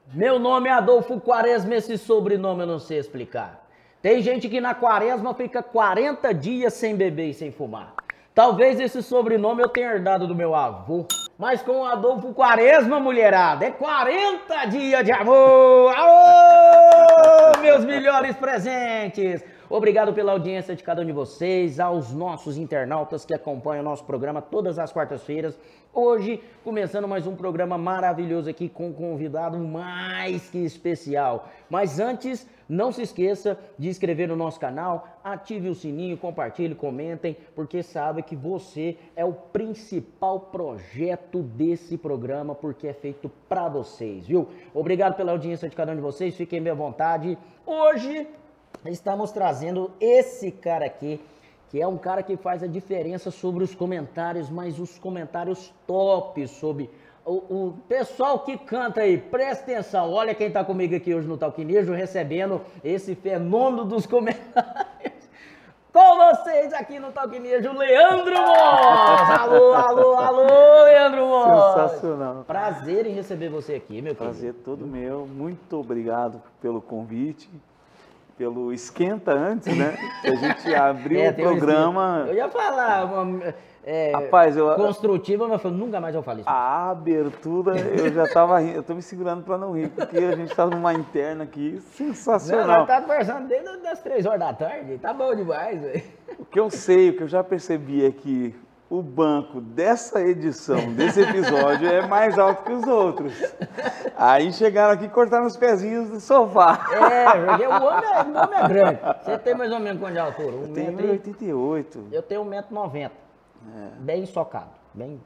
Meu nome é Adolfo Quaresma, esse sobrenome eu não sei explicar. Tem gente que na quaresma fica 40 dias sem beber e sem fumar. Talvez esse sobrenome eu tenha herdado do meu avô. Mas com o Adolfo Quaresma, mulherada, é 40 dias de amor! Aô, meus melhores presentes! Obrigado pela audiência de cada um de vocês, aos nossos internautas que acompanham o nosso programa todas as quartas-feiras. Hoje, começando mais um programa maravilhoso aqui com um convidado mais que especial. Mas antes, não se esqueça de inscrever no nosso canal, ative o sininho, compartilhe, comentem, porque sabe que você é o principal projeto desse programa, porque é feito para vocês, viu? Obrigado pela audiência de cada um de vocês, fiquem bem à vontade. Hoje estamos trazendo esse cara aqui, que é um cara que faz a diferença sobre os comentários, mas os comentários top sobre o pessoal que canta aí. Presta atenção, olha quem tá comigo aqui hoje no Talquinejo, recebendo esse fenômeno dos comentários. Com vocês aqui no Talquinejo, Leandro Moss! Alô, alô, alô, Leandro Moss! Sensacional. Prazer em receber você aqui, meu querido. Prazer todo meu. Muito obrigado pelo convite, pelo esquenta antes, né? Que a gente abriu o programa. Eu ia falar rapaz, construtiva, mas eu falei, nunca mais eu falo isso. A abertura, eu já estava rindo, eu tô me segurando para não rir, porque a gente estava numa interna aqui sensacional. Não, nós tá conversando desde as 3 horas da tarde, tá bom demais, velho. O que eu sei, o que eu já percebi é que o banco dessa edição, desse episódio, é mais alto que os outros. Aí chegaram aqui e cortaram os pezinhos do sofá. Porque o homem é grande. Você tem mais ou menos quanto de altura? Eu tenho 1,88 m. Eu tenho 1,90 m. Bem socado. Bem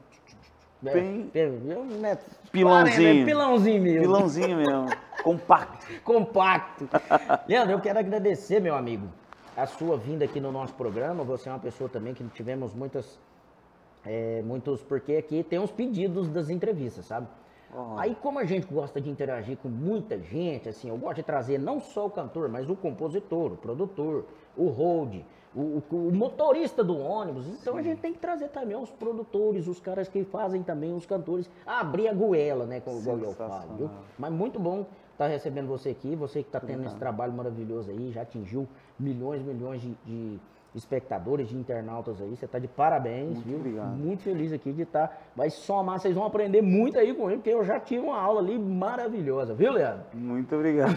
pilãozinho. Pilãozinho mesmo. Pilãozinho mesmo. Compacto. Leandro, eu quero agradecer, meu amigo, a sua vinda aqui no nosso programa. Você é uma pessoa também que tivemos muitos, porque aqui tem uns pedidos das entrevistas, sabe? Aí, como a gente gosta de interagir com muita gente, assim, eu gosto de trazer não só o cantor, mas o compositor, o produtor, o road, o motorista do ônibus. Então, a gente tem que trazer também os produtores, os caras que fazem também os cantores, abrir a goela, né, como eu falo, viu? Mas muito bom estar recebendo você aqui, você que está tendo esse trabalho maravilhoso aí, já atingiu milhões de espectadores, de internautas aí, você tá de parabéns, muito viu? Obrigado. Muito feliz aqui de estar, vai somar, vocês vão aprender muito aí com ele, porque eu já tive uma aula ali maravilhosa, viu, Leandro? Muito obrigado.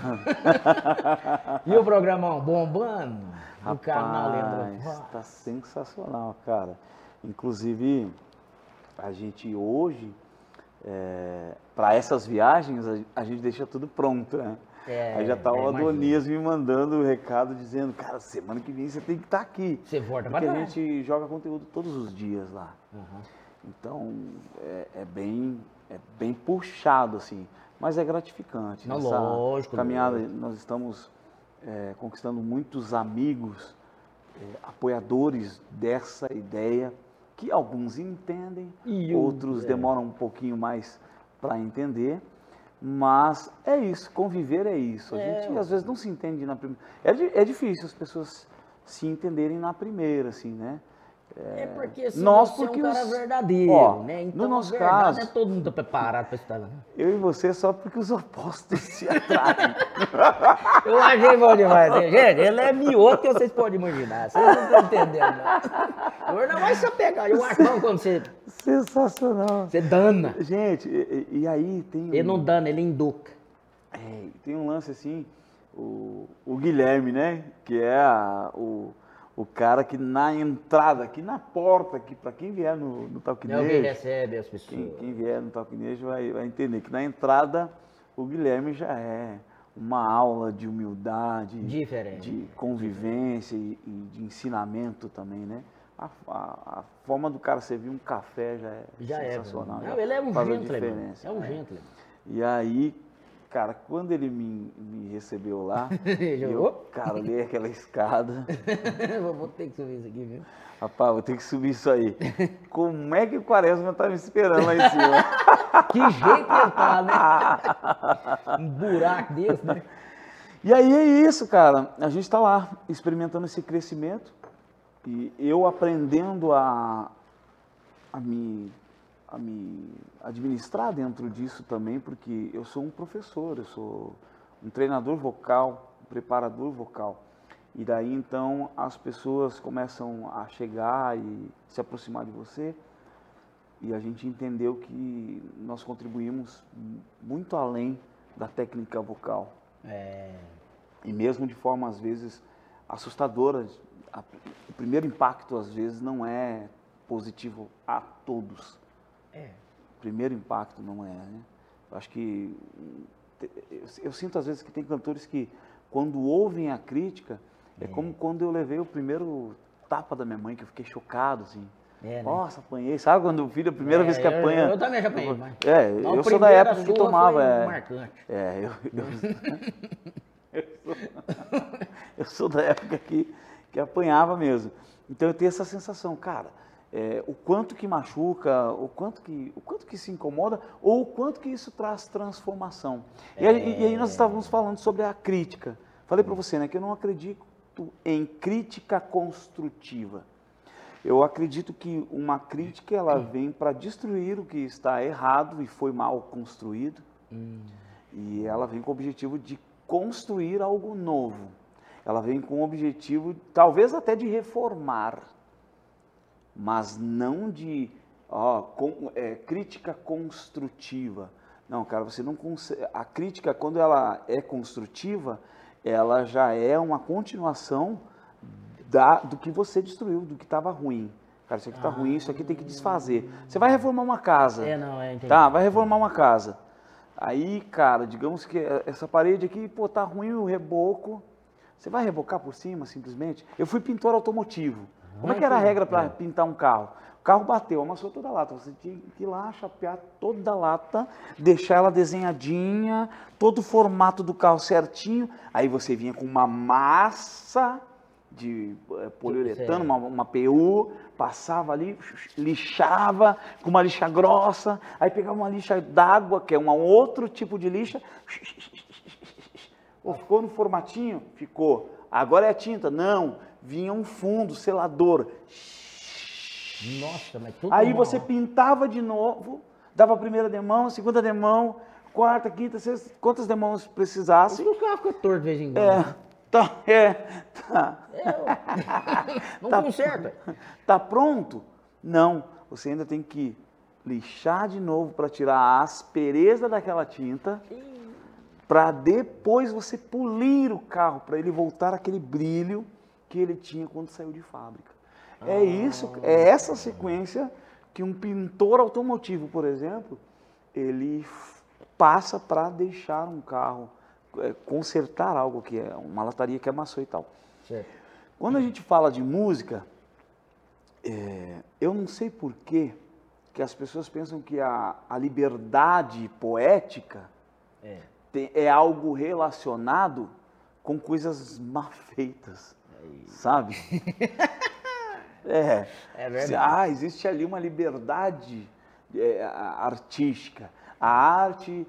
E o programão bombando? O canal Leandro Voz. Tá sensacional, cara. Inclusive, a gente hoje, para essas viagens, a gente deixa tudo pronto, né? Aí já tá o Adonias me mandando o recado dizendo, cara, semana que vem você tem que estar aqui. Você volta porque pra a gente joga conteúdo todos os dias lá. Então, é bem puxado, assim, mas é gratificante. Não, nessa lógico. caminhada, nós estamos conquistando muitos amigos, apoiadores dessa ideia, que alguns entendem, outros demoram um pouquinho mais para entender. Mas é isso, conviver é isso. A gente às vezes não se entende na primeira. É difícil as pessoas se entenderem na primeira, assim, né? Porque se você é um cara verdadeiro, né? Então, no nosso caso, é todo mundo preparado para estar lá. Eu e você só porque os opostos se atraem. Eu achei bom demais, hein? Gente, ele é mioto que vocês podem imaginar. Vocês não estão entendendo, não. Agora não vai só pegar o arcão quando você... Sensacional. Você dana. Gente, e aí tem... Ele não dana, ele induca. Tem um lance assim, o Guilherme, né? Que é o cara que na entrada, aqui na porta, aqui, para quem vier no Talquinejo... É o que recebe as pessoas. Quem vier no Talquinejo vai entender que na entrada o Guilherme já é uma aula de humildade, diferente, de convivência e de ensinamento também, né? A forma do cara servir um café já é sensacional. Não, ele é um gentleman. É um gentleman. E aí, cara, quando ele me recebeu lá, cara, olhei aquela escada. Vou ter que subir isso aqui, viu? Rapaz, vou ter que subir isso aí. Como é que o Quaresma tá me esperando lá em cima? Que jeito ele tá, né? Um buraco desse, né? E aí é isso, cara. A gente tá lá, experimentando esse crescimento. E eu aprendendo a me administrar dentro disso também, porque eu sou um professor, eu sou um treinador vocal, um preparador vocal. E daí então as pessoas começam a chegar e se aproximar de você, e a gente entendeu que nós contribuímos muito além da técnica vocal. E mesmo de forma às vezes assustadora, o primeiro impacto às vezes não é positivo a todos. O primeiro impacto não é, né? Eu acho que eu sinto às vezes que tem cantores que quando ouvem a crítica é como quando eu levei o primeiro tapa da minha mãe, que eu fiquei chocado assim. Né? Nossa, apanhei. Sabe quando o filho, a primeira vez que apanha... Eu também já apanhei, mas... eu sou da época que tomava... Marcante. Eu sou da época que apanhava mesmo. Então eu tenho essa sensação, cara, o quanto que machuca, o quanto que se incomoda, ou o quanto que isso traz transformação. E aí nós estávamos falando sobre a crítica. Falei para você, né, que eu não acredito em crítica construtiva. Eu acredito que uma crítica ela vem para destruir o que está errado e foi mal construído. E ela vem com o objetivo de construir algo novo. Ela vem com o objetivo, talvez até de reformar, mas não de crítica construtiva. Não, cara, você não consegue. A crítica, quando ela é construtiva, ela já é uma continuação do que você destruiu, do que estava ruim. Cara, isso aqui está ruim, isso aqui tem que desfazer. Você vai reformar uma casa. Entendi. Tá, vai reformar uma casa. Aí, cara, digamos que essa parede aqui, pô, tá ruim o reboco. Você vai rebocar por cima, simplesmente? Eu fui pintor automotivo. Como é que era a regra para pintar um carro? O carro bateu, amassou toda a lata. Você tinha que ir lá, chapear toda a lata, deixar ela desenhadinha, todo o formato do carro certinho. Aí você vinha com uma massa de poliuretano, uma PU, passava ali, lixava com uma lixa grossa, aí pegava uma lixa d'água, que é um outro tipo de lixa, ficou no formatinho? Ficou. Agora é a tinta? Não. Vinha um fundo, selador. Nossa, mas tudo aí mal. Você pintava de novo, dava a primeira demão, segunda demão, quarta, quinta, sexta, quantas demãos precisasse. O carro fica torto de vez em quando. Tá. Não conserta. Tá pronto? Não. Você ainda tem que lixar de novo para tirar a aspereza daquela tinta, para depois você polir o carro, para ele voltar aquele brilho que ele tinha quando saiu de fábrica. É essa sequência que um pintor automotivo, por exemplo, ele passa para deixar um carro, consertar algo que é uma lataria que amassou e tal. Certo. Quando a gente fala de música, eu não sei por que as pessoas pensam que a liberdade poética é algo relacionado com coisas mal feitas, sabe? É verdade. Existe ali uma liberdade artística. A arte,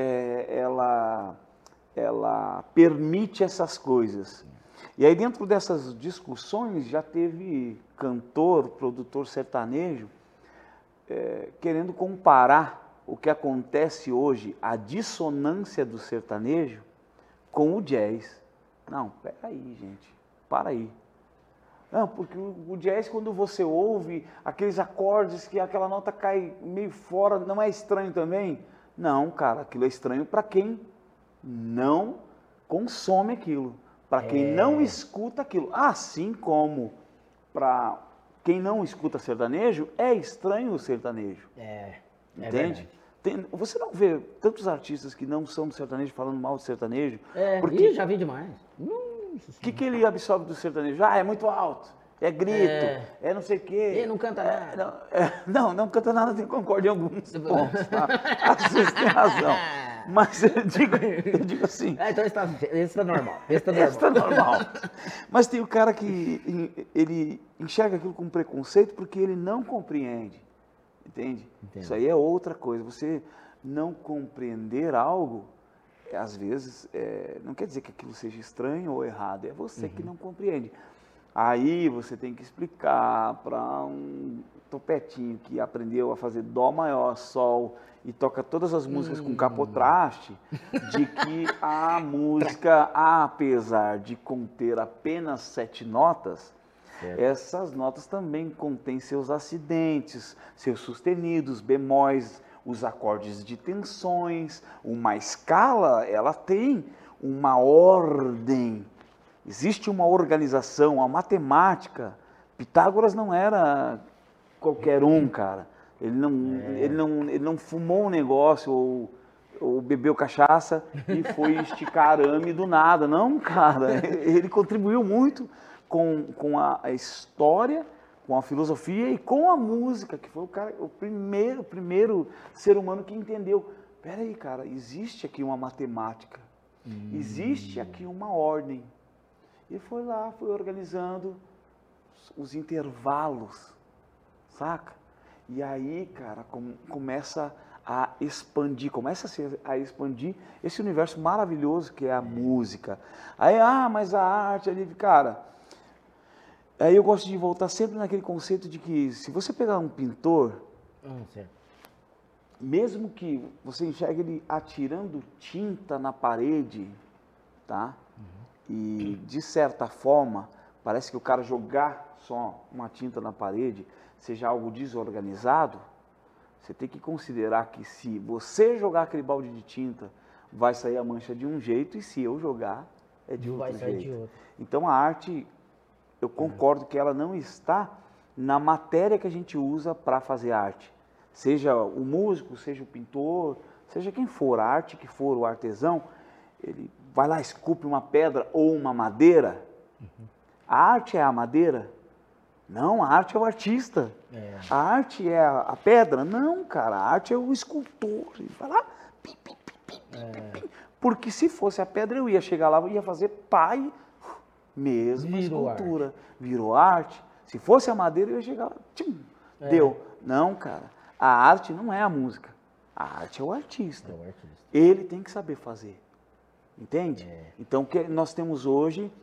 ela permite essas coisas. E aí dentro dessas discussões já teve cantor, produtor sertanejo, querendo comparar o que acontece hoje, a dissonância do sertanejo, com o jazz. Não, peraí, gente, para aí. Não, porque o jazz, quando você ouve aqueles acordes que aquela nota cai meio fora, não é estranho também? Não, cara, aquilo é estranho para quem não consome aquilo, para quem não escuta aquilo. Assim como para quem não escuta sertanejo, é estranho o sertanejo. Entende? Você não vê tantos artistas que não são do sertanejo falando mal do sertanejo? Porque já vi demais. O que ele absorve do sertanejo? É muito alto, é grito, é não sei o quê. Ele não canta nada. Não canta nada, eu concordo em alguns pontos, tá? Vocês têm razão. Mas eu digo assim... então esse tá normal. Esse tá normal. Mas tem o cara que ele enxerga aquilo com preconceito porque ele não compreende. Entende? Isso aí é outra coisa. Você não compreender algo, às vezes, não quer dizer que aquilo seja estranho ou errado. É você que não compreende. Aí você tem que explicar para um topetinho que aprendeu a fazer dó maior, sol e toca todas as músicas com capotraste, de que a música, apesar de conter apenas 7 notas, essas notas também contêm seus acidentes, seus sustenidos, bemóis, os acordes de tensões. Uma escala, ela tem uma ordem, existe uma organização, uma matemática. Pitágoras não era qualquer um, cara. Ele não fumou um negócio ou bebeu cachaça e foi esticar arame do nada. Não, cara. Ele contribuiu muito com a história, com a filosofia e com a música, que foi o primeiro ser humano que entendeu. Peraí, cara, existe aqui uma matemática, existe aqui uma ordem. E foi lá, foi organizando os intervalos, saca? E aí, cara, começa a expandir esse universo maravilhoso que é a música. Aí, mas a arte ali, cara... Aí eu gosto de voltar sempre naquele conceito de que se você pegar um pintor, mesmo que você enxergue ele atirando tinta na parede, tá? E de certa forma, parece que o cara jogar só uma tinta na parede seja algo desorganizado, você tem que considerar que se você jogar aquele balde de tinta, vai sair a mancha de um jeito, e se eu jogar, é de outro jeito. Então a arte, eu concordo que ela não está na matéria que a gente usa para fazer arte. Seja o músico, seja o pintor, seja quem for, a arte que for, o artesão, ele vai lá, esculpe uma pedra ou uma madeira. A arte é a madeira? Não, a arte é o artista. A arte é a pedra? Não, cara, a arte é o escultor. Ele vai lá, pim, pim, pim, pim, pim. Porque se fosse a pedra, eu ia chegar lá e ia fazer pai, mesma escultura. Virou arte. Se fosse a madeira, eu ia chegar lá, tchum, deu. Não, cara, a arte não é a música. A arte é o artista. Ele tem que saber fazer. Entende? Então, o que nós temos hoje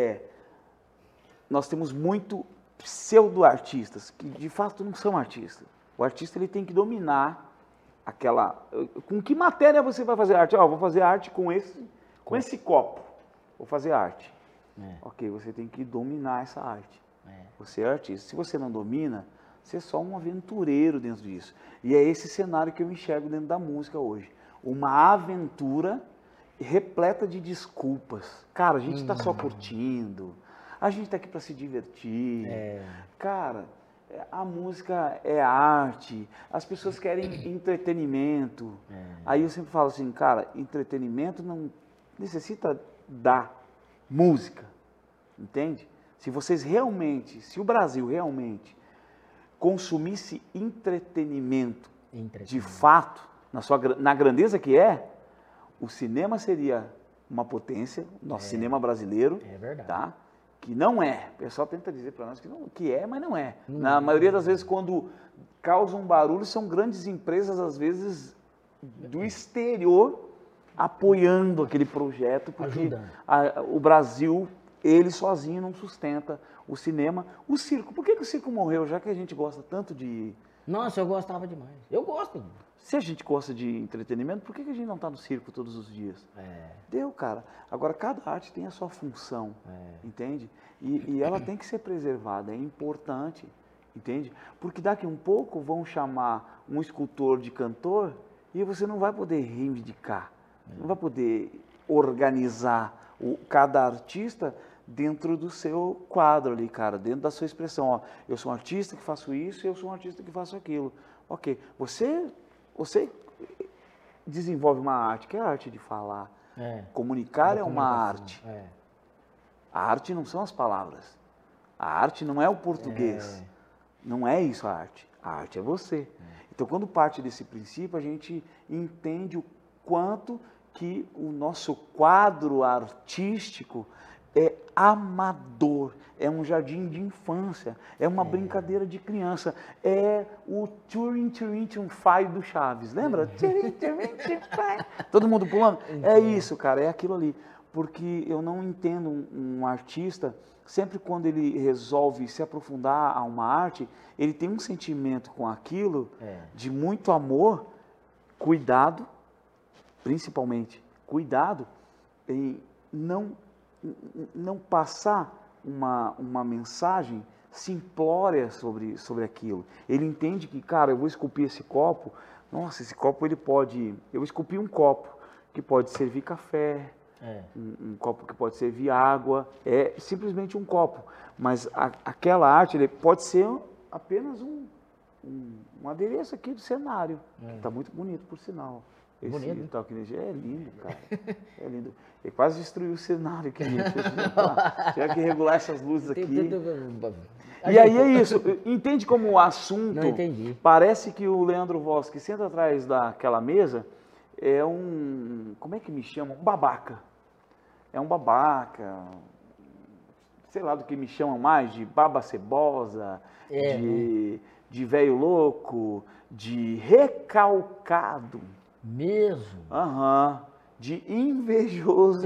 nós temos muito pseudo-artistas, que de fato não são artistas. O artista ele tem que dominar aquela... Com que matéria você vai fazer arte? Vou fazer arte com esse copo. Vou fazer arte. Ok, você tem que dominar essa arte. Você é artista. Se você não domina, você é só um aventureiro dentro disso. E é esse cenário que eu enxergo dentro da música hoje. Uma aventura repleta de desculpas. Cara, a gente está só curtindo, a gente está aqui para se divertir. Cara, a música é arte, as pessoas querem entretenimento. Aí eu sempre falo assim, cara, entretenimento não necessita da música, entende? Se o Brasil realmente consumisse entretenimento de fato, na grandeza que é, o cinema seria uma potência, nosso cinema brasileiro, tá? Que não é. O pessoal tenta dizer para nós que é, mas não é. Na maioria das vezes, quando causam barulho, são grandes empresas, às vezes, do exterior, apoiando aquele projeto, porque o Brasil, ele sozinho não sustenta o cinema. O circo, por que o circo morreu, já que a gente gosta tanto de... Nossa, eu gostava demais. Eu gosto. Se a gente gosta de entretenimento, por que a gente não está no circo todos os dias? Deu, cara. Agora, cada arte tem a sua função, entende? E ela tem que ser preservada, é importante, entende? Porque daqui um pouco vão chamar um escultor de cantor e você não vai poder reivindicar, não vai poder organizar cada artista dentro do seu quadro ali, cara, dentro da sua expressão. Eu sou um artista que faço isso, eu sou um artista que faço aquilo. Ok, você desenvolve uma arte, que é a arte de falar. Comunicar é uma arte. A arte não são as palavras. A arte não é o português. Não é isso a arte. A arte é você. Então, quando parte desse princípio, a gente entende o quanto que o nosso quadro artístico é amador, é um jardim de infância, é uma brincadeira de criança, é o Turing Fai do Chaves, lembra? Todo mundo pulando? É isso, cara, é aquilo ali. porque eu não entendo um artista, sempre quando ele resolve se aprofundar a uma arte, ele tem um sentimento com aquilo, de muito amor, cuidado, principalmente, cuidado em não passar uma mensagem simplória sobre aquilo. Ele entende que, cara, eu vou esculpir esse copo, nossa, esse copo eu esculpi um copo que pode servir café, um copo que pode servir água, é simplesmente um copo, mas aquela arte ele pode ser apenas um adereço aqui do cenário, que está muito bonito, por sinal. Esse Talking Head é lindo, cara. É lindo. Ele quase destruiu o cenário aqui. Tinha que regular essas luzes aqui. E aí é isso. Entende como o assunto... Não entendi. Parece que o Leandro Voss, que senta atrás daquela mesa, é um... Como é que me chama? Um babaca. É um babaca. Sei lá do que me chamam mais, de baba cebosa, de velho louco, de recalcado. Mesmo? De invejoso.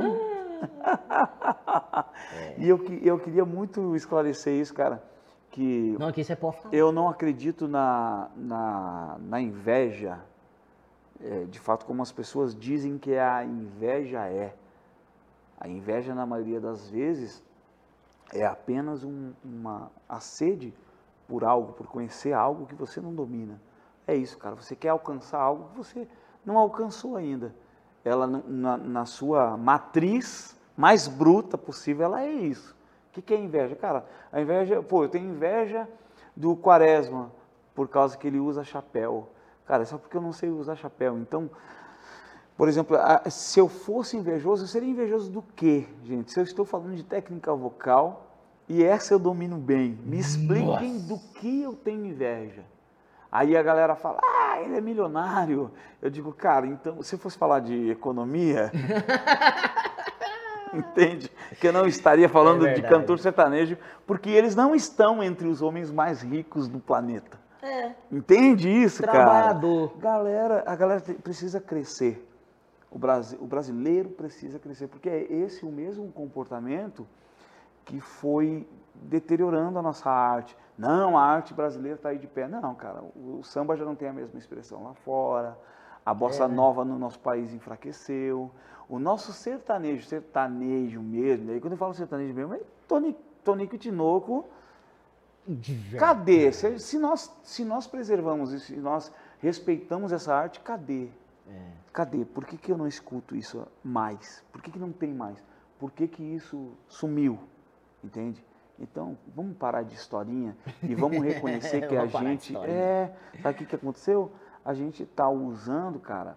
E eu queria muito esclarecer isso, cara, que não, aqui você pode falar. Eu não acredito na inveja, de fato, como as pessoas dizem que a inveja é. A inveja, na maioria das vezes, é apenas a sede por algo, por conhecer algo que você não domina. É isso, cara, você quer alcançar algo que você não alcançou ainda. Ela, na sua matriz mais bruta possível, ela é isso. O que é inveja? Cara, a inveja... eu tenho inveja do Quaresma, por causa que ele usa chapéu. Cara, é só porque eu não sei usar chapéu. Então, por exemplo, se eu fosse invejoso, eu seria invejoso do quê, gente? Se eu estou falando de técnica vocal, e essa eu domino bem, me expliquem do que eu tenho inveja. Aí a galera fala, ele é milionário. Eu digo, cara, então, se eu fosse falar de economia, entende? Que eu não estaria falando de cantor sertanejo, porque eles não estão entre os homens mais ricos do planeta. Entende isso, Trabalhador. Cara? A galera precisa crescer. O brasileiro precisa crescer, porque é esse o mesmo comportamento que foi deteriorando a nossa arte. Não, a arte brasileira está aí de pé. Não, cara, o samba já não tem a mesma expressão lá fora, a bossa nova no nosso país enfraqueceu, o nosso sertanejo mesmo, aí quando eu falo sertanejo mesmo, é Tonico e Tinoco. Cadê? Se nós preservamos isso, se nós respeitamos essa arte, cadê? Cadê? Por que eu não escuto isso mais? Por que não tem mais? Por que isso sumiu? Entende? Então, vamos parar de historinha e vamos reconhecer que a gente... Sabe o que aconteceu? A gente está usando, cara,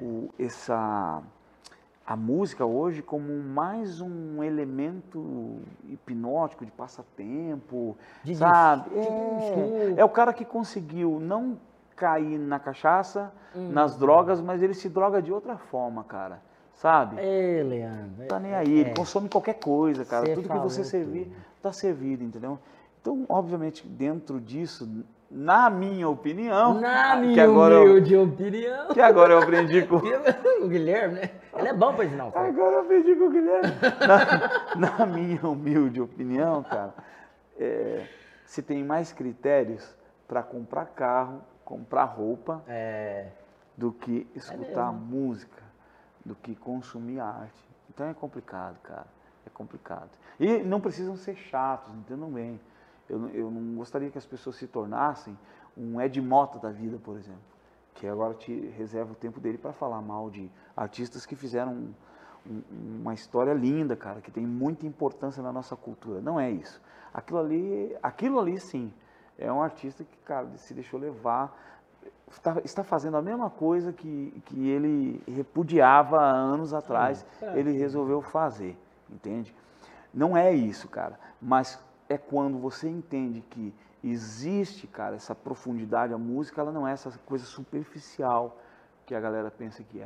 a música hoje como mais um elemento hipnótico de passatempo, sabe? É o cara que conseguiu não cair na cachaça, nas drogas, mas ele se droga de outra forma, cara. Sabe? Leandro. Não tá nem aí, ele consome qualquer coisa, cara. Tudo que você servir, tá servido, entendeu? Então, obviamente, dentro disso, na minha opinião... opinião... Que agora eu aprendi com... o Guilherme, né? Ele é bom para ensinar o cara. Agora eu aprendi com o Guilherme. Na minha humilde opinião, cara, se tem mais critérios para comprar carro, comprar roupa, do que escutar música, do que consumir arte. Então é complicado, cara. É complicado. E não precisam ser chatos, entendam bem. Eu não gostaria que as pessoas se tornassem um Ed Mota da vida, por exemplo, que agora te reserva o tempo dele para falar mal de artistas que fizeram uma história linda, cara, que tem muita importância na nossa cultura. Não é isso. Aquilo ali sim, é um artista que, cara, se deixou levar, está fazendo a mesma coisa que ele repudiava há anos atrás, ele resolveu fazer, entende? Não é isso, cara, mas é quando você entende que existe, cara, essa profundidade, a música, ela não é essa coisa superficial que a galera pensa que é,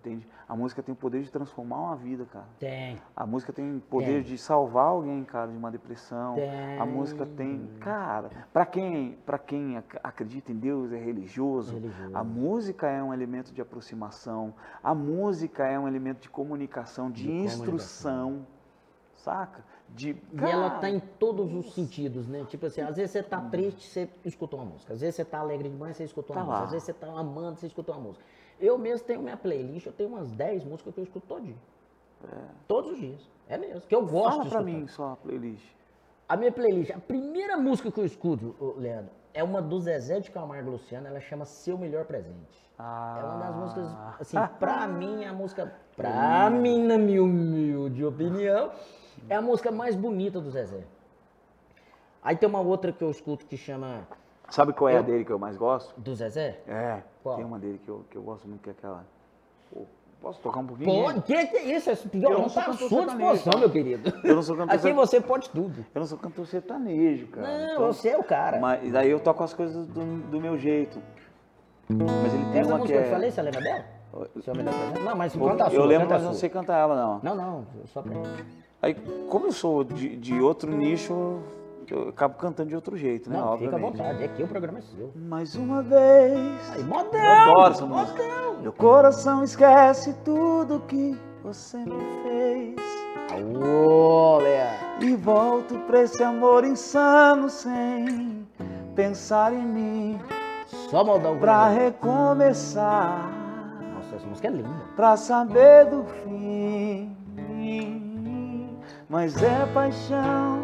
entende? A música tem o poder de transformar uma vida, cara. Tem. A música tem o poder de salvar alguém, cara, de uma depressão. Tem. A música tem, cara, para quem acredita em Deus, é religioso, a música é um elemento de aproximação, a música é um elemento de comunicação, de instrução, saca? E ela tá em todos os sentidos, né? Tipo assim, às vezes você tá triste, você escuta uma música. Às vezes você tá alegre demais, você escuta uma música. Às vezes você tá amando, você escuta uma música. Eu mesmo tenho minha playlist, eu tenho umas 10 músicas que eu escuto todo dia. Todos os dias. É mesmo, que eu gosto de escutar. Fala pra mim só a playlist. A minha playlist, a primeira música que eu escuto, Leandro, é uma do Zezé de Camargo e Luciano, ela chama Seu Melhor Presente. É uma das músicas, assim, pra mim, a música, pra mim, na minha humilde opinião, é a música mais bonita do Zezé. Aí tem uma outra que eu escuto que chama... Sabe qual é a dele que eu mais gosto? Do Zezé? Qual? Tem uma dele que eu gosto muito, que é aquela... Pô, posso tocar um pouquinho? Pode, que é isso? Eu não tá à sua disposição, meu querido. Eu não sou cantor sertanejo. Aqui você pode tudo. Eu não sou cantor sertanejo, cara. Não, então, você é o cara. Mas daí eu toco as coisas do meu jeito. Mas ele tem essa uma música que eu te falei, você lembra dela? Seu melhor presente? Não, mas Pô, canta a sua. Eu lembro, mas não sei cantar ela, não. Não, só pra ele. Aí, como eu sou de outro nicho, eu acabo cantando de outro jeito, né? Não, obviamente. fica à vontade, aqui o programa é seu. Mais uma vez. Aí, modão! Eu adoro essa música. Meu coração esquece tudo que você me fez. Olha! E volto pra esse amor insano sem pensar em mim. Só modão pra recomeçar. Nossa, essa música é linda. Pra saber do fim. Mas é paixão.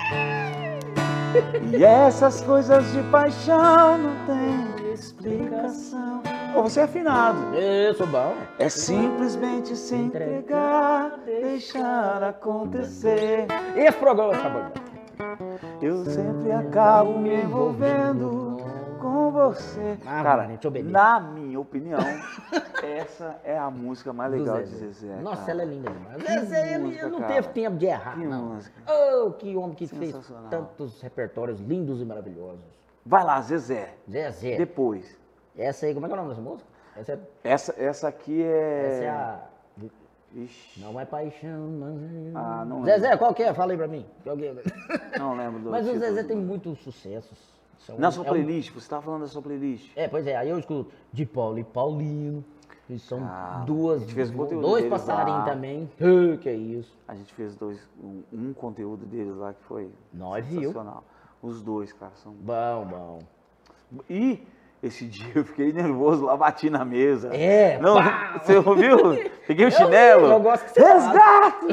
E essas coisas de paixão não tem explicação. Ô, você é afinado. Eu sou bom. É simplesmente se entregar, deixar acontecer. Esse programa acabou. Eu sempre acabo me envolvendo com você. Cara, na minha opinião, essa é a música mais legal de Zezé. Nossa, cara. ela é linda demais. Zezé, ele não teve tempo de errar, não. Música. Oh, que homem que fez tantos repertórios lindos e maravilhosos. Vai lá, Zezé. Zezé. Depois. Essa aí, como é que é o nome dessa música? Essa aqui é... Essa é a... Ixi. Não é paixão, mas... não Zezé, lembro. qual que é? Fala aí pra mim. Não lembro do Mas o Zezé do... tem muitos sucessos. Na sua playlist, você estava falando da sua playlist. Pois é, aí eu escuto de Paulo e Paulino. E são a gente fez dois passarinhos também. Que é isso. A gente fez um conteúdo deles lá que foi Viu? sensacional. Os dois, cara, são... Bom. E esse dia eu fiquei nervoso lá, bati na mesa. Não, você ouviu? Peguei o chinelo. Eu gosto que você Resgate!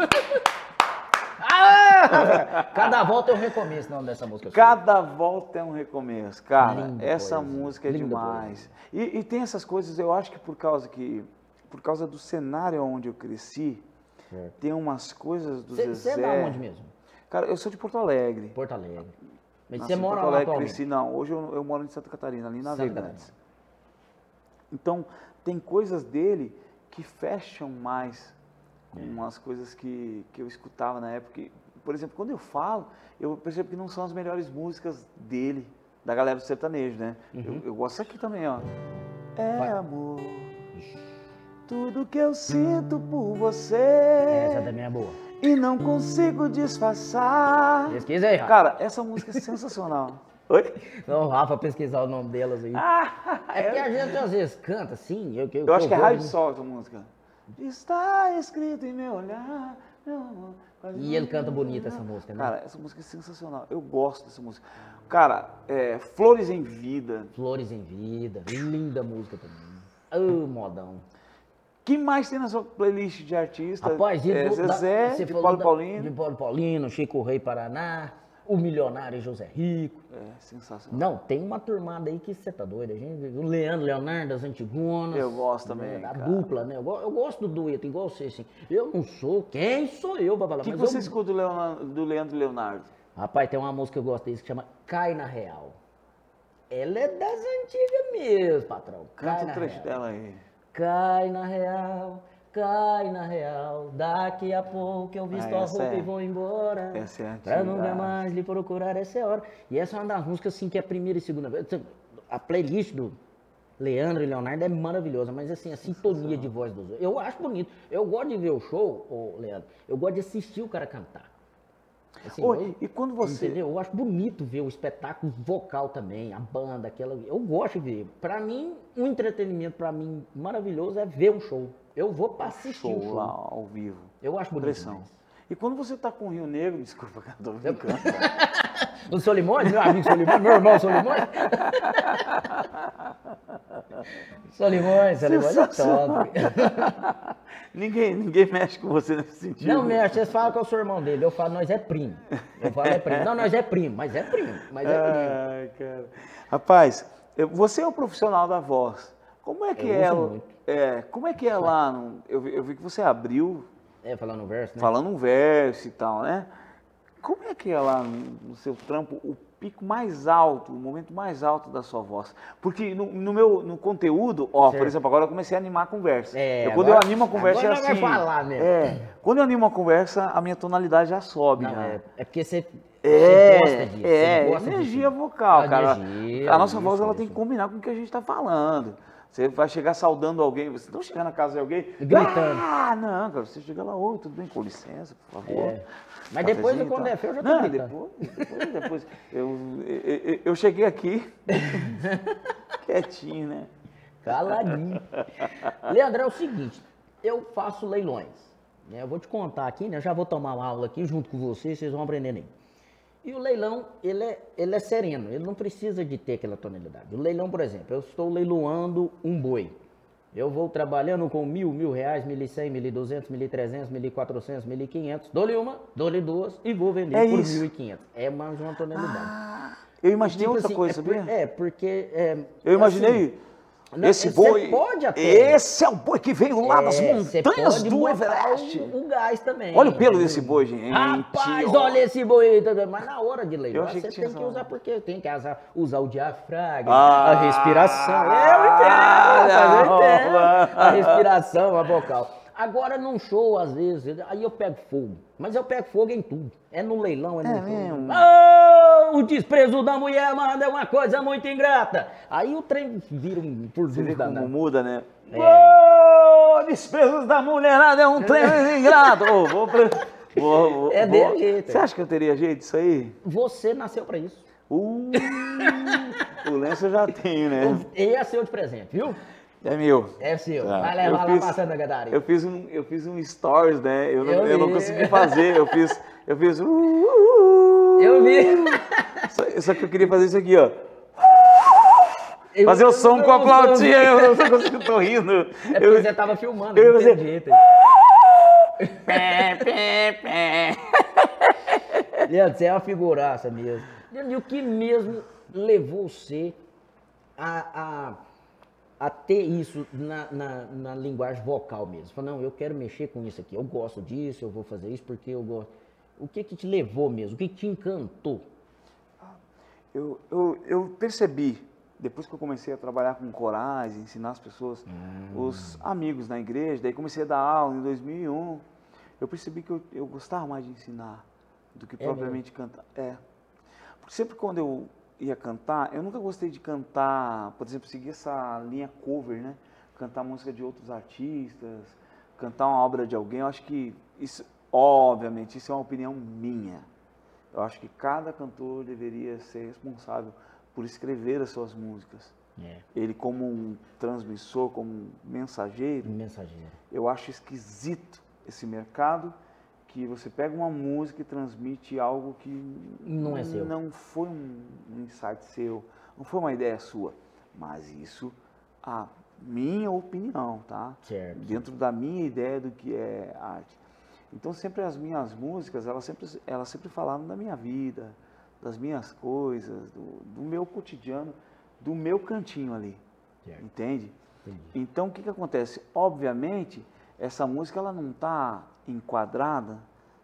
Cada volta é um recomeço, não, dessa música. Cada volta é um recomeço. Cara, Linda essa poesia. música é Linda demais. E tem essas coisas, eu acho que por causa do cenário onde eu cresci, tem umas coisas do Zezé... Você é da onde mesmo? Cara, eu sou de Porto Alegre. Porto Alegre. Mas Nasci você mora em Porto lá Alegre, atualmente? cresci, não. Hoje eu moro em Santa Catarina, ali na Santa Navegantes. Então, tem coisas dele que fecham mais com as coisas que eu escutava na época. Por exemplo, quando eu falo, eu percebo que não são as melhores músicas dele, da galera do sertanejo, né? Eu gosto aqui também, ó. É amor, tudo que eu sinto por você. Essa também é boa. E não consigo disfarçar. Pesquisa aí, Rafa. Cara, essa música é sensacional. Oi? Não, Rafa, pesquisar o nome delas aí. É porque a gente às vezes canta assim. Eu acho que é Raio de Sol essa música. Está escrito em meu olhar, meu amor. E ele canta bonito essa música, né? Cara, essa música é sensacional. Eu gosto dessa música. Cara, Flores em Vida. Flores em Vida. Linda música também. Modão. Quem mais tem na sua playlist de artistas? Rapaz, Zezé, de Paulo e Paulino. De Paulo e Paulino, Chico Rei Paraná, o milionário José Rico. Sensacional. Não, tem uma turmada aí que você tá doido, gente. O Leandro das Antigonas. Eu gosto também, Da cara. dupla, né? Eu gosto do dueto, igual você, assim. Eu não sou, quem sou eu, Babalá? O que você escuta do Leandro e Leonardo? Rapaz, tem uma música que eu gosto deles que chama Cai na Real. Ela é das antigas mesmo, patrão. Canta um trecho dela aí. Cai na real, daqui a pouco eu visto a roupa e vou embora. Essa é pra nunca mais lhe procurar, essa é a hora. E essa é uma das músicas assim que é a primeira e segunda vez. A playlist Leandro e Leonardo é maravilhosa, mas assim, a sintonia de voz dos dois, eu acho bonito. Eu gosto de ver o show, ô, Leandro, eu gosto de assistir o cara cantar. Assim, e quando você... Entendeu? Eu acho bonito ver o espetáculo vocal também, a banda, aquela... Eu gosto de ver. Pra mim, um entretenimento pra mim maravilhoso é ver um show. Eu vou pra assistir o show. Lá ao vivo. Eu acho bonito demais. E quando você tá com o Rio Negro, desculpa, cara, tô brincando. O Solimões, meu amigo Solimões, meu irmão Solimões. Solimões é top. Ninguém mexe com você nesse sentido. Não mexe, vocês falam que eu sou irmão dele, eu falo, nós é primo. Eu falo, é primo. Não, nós é primo, mas é primo. Ai, cara. Rapaz, você é um profissional da voz. Como é que como é que é lá? Eu vi que você abriu... falando um verso, né? Falando um verso e tal, né? Como é que é lá no seu trampo o pico mais alto, o momento mais alto da sua voz? Porque no conteúdo, por exemplo, agora eu comecei a animar a conversa. Quando eu animo a conversa é assim. Vai falar mesmo. Quando eu animo a conversa, a minha tonalidade já sobe. Não, né? É porque você gosta disso. Você gosta energia vocal, cara. Energia, a nossa voz ela tem que combinar com o que a gente está falando. Você vai chegar saudando alguém, você não chega na casa de alguém... Gritando. Não, cara, você chega lá, oi, tudo bem, com licença, por favor. Mas depois, quando é feio, eu já tô gritando. Depois eu cheguei aqui, quietinho, né? Caladinho. Leandro, é o seguinte, eu faço leilões. Né? Eu vou te contar aqui, né? Eu já vou tomar uma aula aqui junto com vocês vão aprender nem. E o leilão, ele é sereno, ele não precisa de ter aquela tonalidade. O leilão, por exemplo, eu estou leiloando um boi. Eu vou trabalhando com R$1.000, R$1.100, R$1.200, R$1.300, R$1.400, R$1.500, dou-lhe uma, dou-lhe duas e vou vender por R$1.500. É mais uma tonalidade. Eu imaginei outra coisa, sabia? Porque... eu imaginei... Assim, esse boi, pode até. Esse é o boi que veio lá das montanhas do Everest. O gás também. Olha o pelo desse boi, gente. Rapaz, olha esse boi aí também. Mas na hora de leiloar, você tem que usar, porque tem que usar o diafragma, a respiração. Eu entendo. A respiração, a vocal. Agora num show, às vezes, aí eu pego fogo. Mas eu pego fogo em tudo. É no leilão, é no show. O desprezo da mulher, mano, é uma coisa muito ingrata. Aí o trem vira um furdunço danado. Como muda, né? O desprezo da mulherada é um trem ingrato. Desse jeito. Você acha que eu teria jeito disso aí? Você nasceu pra isso. O lenço eu já tenho, né? E é seu de presente, viu? É meu. É seu. Tá. Vai levar lá passando a Gadarinha. Eu fiz um stories, né? Eu não consegui fazer. Eu fiz. Eu vi. Só que eu queria fazer isso aqui, ó. Fazer o som com a flautinha. Eu não consigo, tô rindo. É porque você tava filmando, não tem jeito. Leandro, você é uma figuraça mesmo. E o que mesmo levou você a ter isso na linguagem vocal mesmo? Falou, não, eu quero mexer com isso aqui, eu gosto disso, eu vou fazer isso porque eu gosto. O que te levou mesmo? O que te encantou? Eu percebi, depois que eu comecei a trabalhar com corais, ensinar as pessoas, os amigos na igreja, daí comecei a dar aula em 2001, eu percebi que eu gostava mais de ensinar do que propriamente cantar. Porque sempre quando eu ia cantar, eu nunca gostei de cantar, por exemplo, seguir essa linha cover, né? Cantar música de outros artistas, cantar uma obra de alguém. Eu acho que isso, obviamente, isso é uma opinião minha. Eu acho que cada cantor deveria ser responsável por escrever as suas músicas. Ele como um transmissor, como um mensageiro. Eu acho esquisito esse mercado que você pega uma música e transmite algo que não é seu. Não foi um insight seu, não foi uma ideia sua, mas isso, a minha opinião, tá? Certo. Dentro da minha ideia do que é arte. Então sempre as minhas músicas, elas sempre falaram da minha vida, das minhas coisas, do meu cotidiano, do meu cantinho ali, certo. Entende? Entendi. Então o que acontece? Obviamente, essa música ela não está enquadrada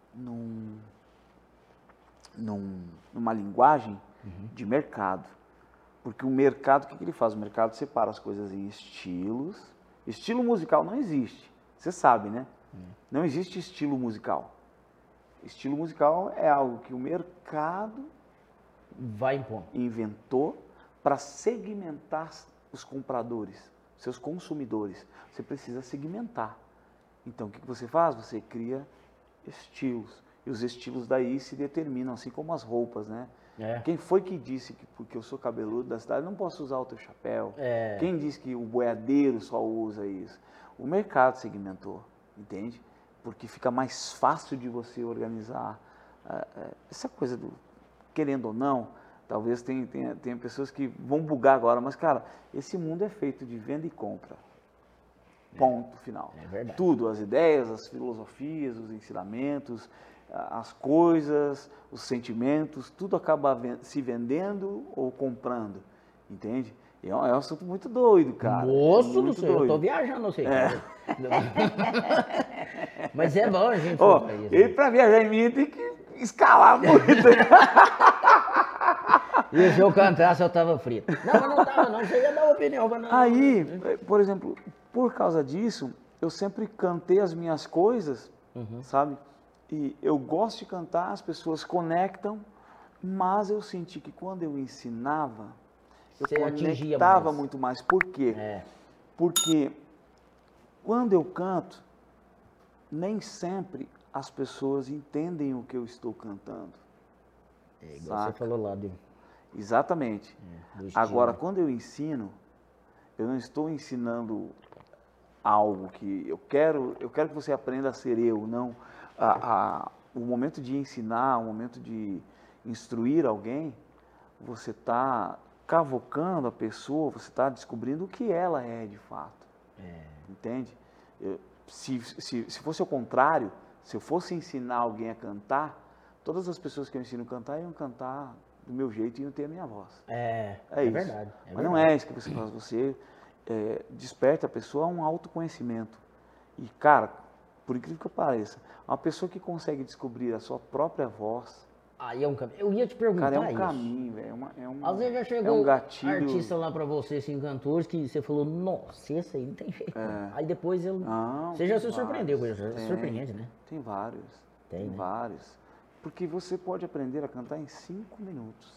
numa linguagem de mercado. Porque o mercado, o que ele faz? O mercado separa as coisas em estilos. Estilo musical não existe, você sabe, né? Não existe estilo musical. Estilo musical é algo que o mercado vai impor, inventou para segmentar os compradores, seus consumidores. Você precisa segmentar. Então, o que você faz? Você cria estilos. E os estilos daí se determinam, assim como as roupas, né? Quem foi que disse que porque eu sou cabeludo da cidade, não posso usar o teu chapéu? Quem disse que o boiadeiro só usa isso? O mercado segmentou, entende? Porque fica mais fácil de você organizar. Essa coisa do, querendo ou não, talvez tenha pessoas que vão bugar agora, mas, cara, esse mundo é feito de venda e compra. Ponto final. É verdade. Tudo, as ideias, as filosofias, os ensinamentos, as coisas, os sentimentos, tudo acaba se vendendo ou comprando, entende? É um assunto muito doido, cara. Moço do céu, eu tô viajando, não sei. Mas é bom a gente fazer isso. E pra viajar em mim tem que escalar muito. E se eu cantasse, eu tava frito. Não, mas não tava não, você ia dar opinião. Mas não. Aí, por exemplo, por causa disso, eu sempre cantei as minhas coisas, sabe? E eu gosto de cantar, as pessoas conectam, mas eu senti que quando eu ensinava, eu conectava muito mais. Por quê? Porque quando eu canto, nem sempre as pessoas entendem o que eu estou cantando. Igual você falou lá de... Exatamente. Agora, quando eu ensino, eu não estou ensinando algo que eu quero que você aprenda a ser eu, não. O momento de ensinar, o momento de instruir alguém, você está cavocando a pessoa, você está descobrindo o que ela é de fato. Entende? Se fosse o contrário, se eu fosse ensinar alguém a cantar, todas as pessoas que eu ensino a cantar iam cantar do meu jeito e iam ter a minha voz. É isso. Verdade. Mas não é isso que você faz. Você desperta a pessoa a um autoconhecimento. E, cara, por incrível que pareça, uma pessoa que consegue descobrir a sua própria voz... Aí é um caminho. Eu ia te perguntar isso. Cara, isso. Caminho, velho. Às vezes já chegou artista lá pra você, assim, cantores, que você falou, nossa, esse aí não tem jeito. Aí depois ele... Você já se surpreendeu com isso. Surpreende, né? Tem vários. Tem vários. Porque você pode aprender a cantar em 5 minutos.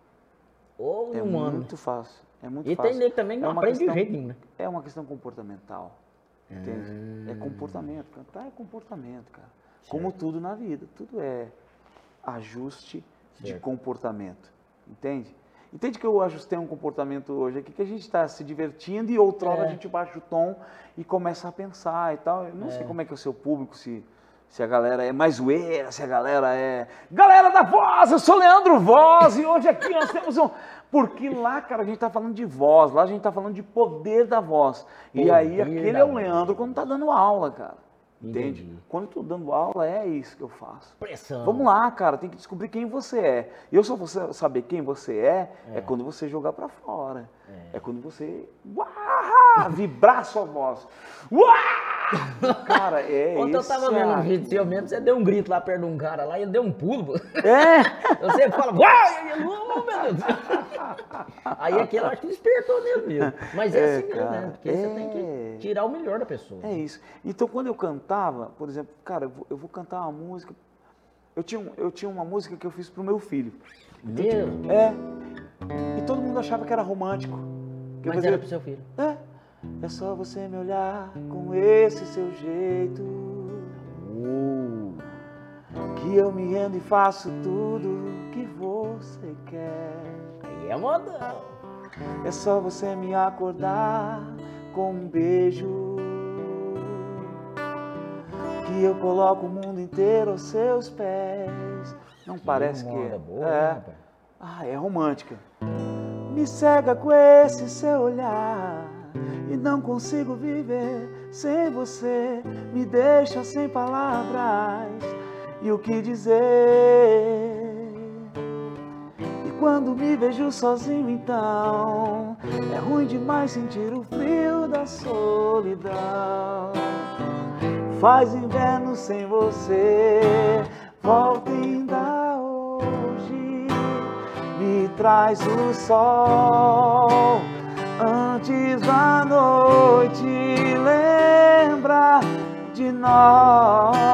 Ou em um ano. Muito fácil. É muito fácil. E tem nego também que não aprende de jeito nenhum, né? É uma questão comportamental. Entende? É comportamento. Cantar é comportamento, cara. Certo. Como tudo na vida. Tudo é ajuste de comportamento. Entende? Entende que eu ajustei um comportamento hoje aqui, que a gente está se divertindo e outra hora a gente baixa o tom e começa a pensar e tal. Eu não sei como é que é o seu público, se a galera é mais zoeira, se a galera é... Galera da Voz, eu sou Leandro Voz e hoje aqui nós temos um... Porque lá, cara, a gente tá falando de voz, lá a gente tá falando de poder da voz. E aí aquele é o Leandro quando tá dando aula, cara. Entende? Entendi. Quando eu tô dando aula, é isso que eu faço. Pressão. Vamos lá, cara, tem que descobrir quem você é. E eu só vou saber quem você é quando você jogar pra fora. É quando você vibrar sua voz. Cara, Ontem eu tava vendo um vídeo seu mesmo, você deu um grito lá perto de um cara lá e ele deu um pulo. Você fala, meu Deus. Aí aquele eu acho que despertou nele mesmo. Mas é assim mesmo, né? Porque você tem que tirar o melhor da pessoa. É isso. Então quando eu cantava, por exemplo, cara, eu vou cantar uma música. Eu tinha uma música que eu fiz pro meu filho. Mesmo? E todo mundo achava que era romântico. Mas era pro seu filho. É só você me olhar com esse seu jeito, que eu me rendo e faço tudo que você quer. Aí é modão. É só você me acordar com um beijo, que eu coloco o mundo inteiro aos seus pés. Não parece que é? Boa, né, é romântica. Me cega com esse seu olhar e não consigo viver sem você. Me deixa sem palavras e o que dizer. E quando me vejo sozinho, então é ruim demais sentir o frio da solidão. Faz inverno sem você, volta ainda hoje. Me traz o sol antes da noite, lembra de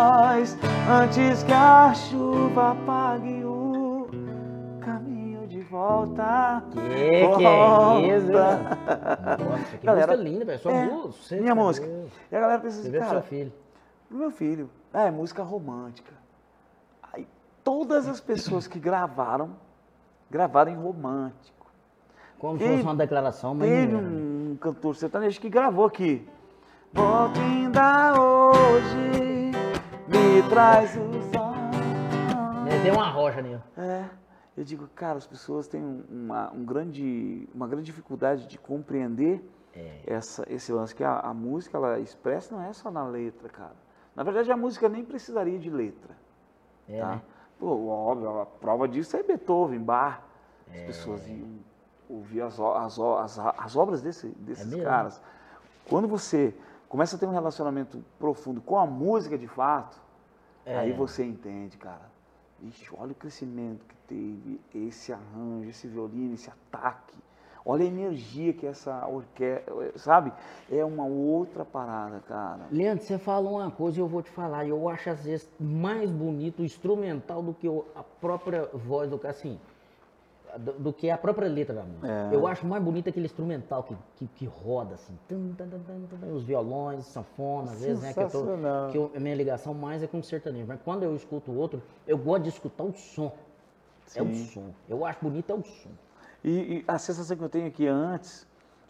nós, antes que a chuva apague o caminho de volta. volta. Que é isso, Nossa, que galera, música linda, velho. Sua música. Minha música. E a galera pensa assim, cara, cara, pro seu filho. Pro meu filho. É música romântica. Aí todas as pessoas que gravaram em romântico. Como se fosse uma declaração, mas teve um cantor sertanejo que gravou aqui. Volta ainda hoje, me traz o sol. Tem uma rocha nele. Eu digo, cara, as pessoas têm uma grande dificuldade de compreender esse lance, que a música, ela expressa, não é só na letra, cara. Na verdade, a música nem precisaria de letra. Tá? Né? Pô, óbvio, a prova disso é Beethoven, Bach. As pessoas iam ouvir as obras desses caras. Quando você começa a ter um relacionamento profundo com a música de fato, aí você entende, cara. Ixi, olha o crescimento que teve, esse arranjo, esse violino, esse ataque. Olha a energia que essa orquestra, sabe? É uma outra parada, cara. Leandro, você fala uma coisa e eu vou te falar. Eu acho, às vezes, mais bonito o instrumental do que a própria voz do cara, assim, do que a própria letra da música. Eu acho mais bonito aquele instrumental que roda, assim. Os violões, sanfona, às vezes, né? Que a minha ligação mais é com o sertanejo. Mas quando eu escuto o outro, eu gosto de escutar o som. Sim. É o som. Eu acho bonito é o som. E a sensação que eu tenho aqui antes,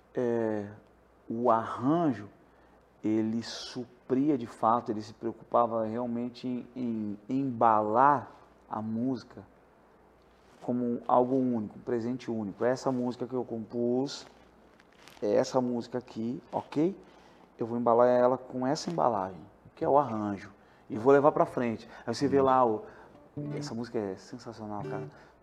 o arranjo, ele supria de fato, ele se preocupava realmente em embalar a música como algo único, um presente único. Essa música que eu compus, essa música aqui, ok? Eu vou embalar ela com essa embalagem, que é o arranjo, e vou levar pra frente. Aí você vê lá, essa música é sensacional, cara.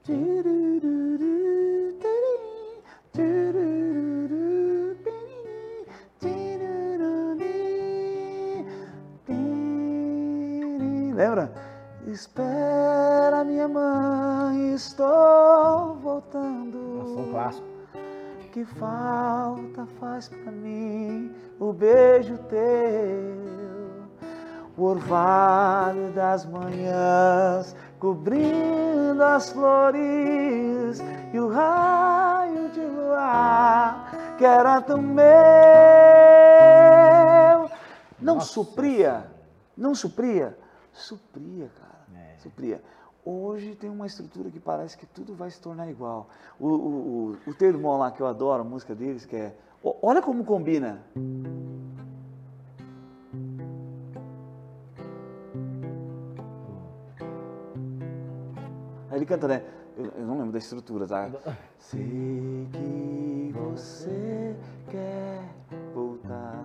Lembra? Espera, minha mãe, estou voltando. Nossa, um clássico. Que falta faz pra mim o beijo teu, o orvalho das manhãs cobrindo as flores e o raio de luar que era tão meu. Não supria, cara, supria. Hoje tem uma estrutura que parece que tudo vai se tornar igual. O teu irmão lá, que eu adoro, a música deles, que é... Olha como combina. Aí ele canta, né? Eu não lembro da estrutura, tá? Sei que você quer voltar.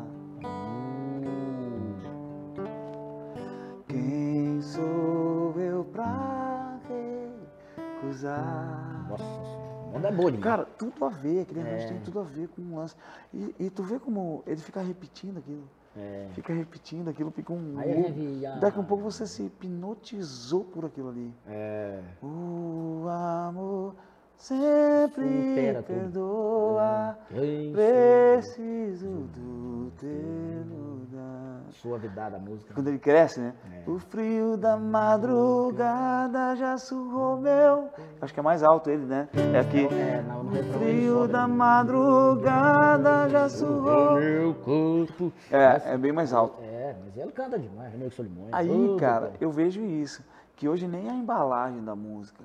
Quem sou eu pra recusar? Nossa, o mundo é bom demais. Cara, tudo a ver, aquele arranjo tem tudo a ver com um lance. E tu vê como ele fica repetindo aquilo. Fica repetindo aquilo, fica um... Daqui a um pouco você se hipnotizou por aquilo ali. O amor sempre perdoa, preciso do teu lugar. Suavidade da música. Quando ele cresce, né? O frio da madrugada já surrou meu... Acho que é mais alto ele, né? É aqui. O frio da madrugada já surrou meu corpo. É bem mais alto. Mas ele canta demais, René Solimões. Aí, cara, eu vejo isso, que hoje nem a embalagem da música.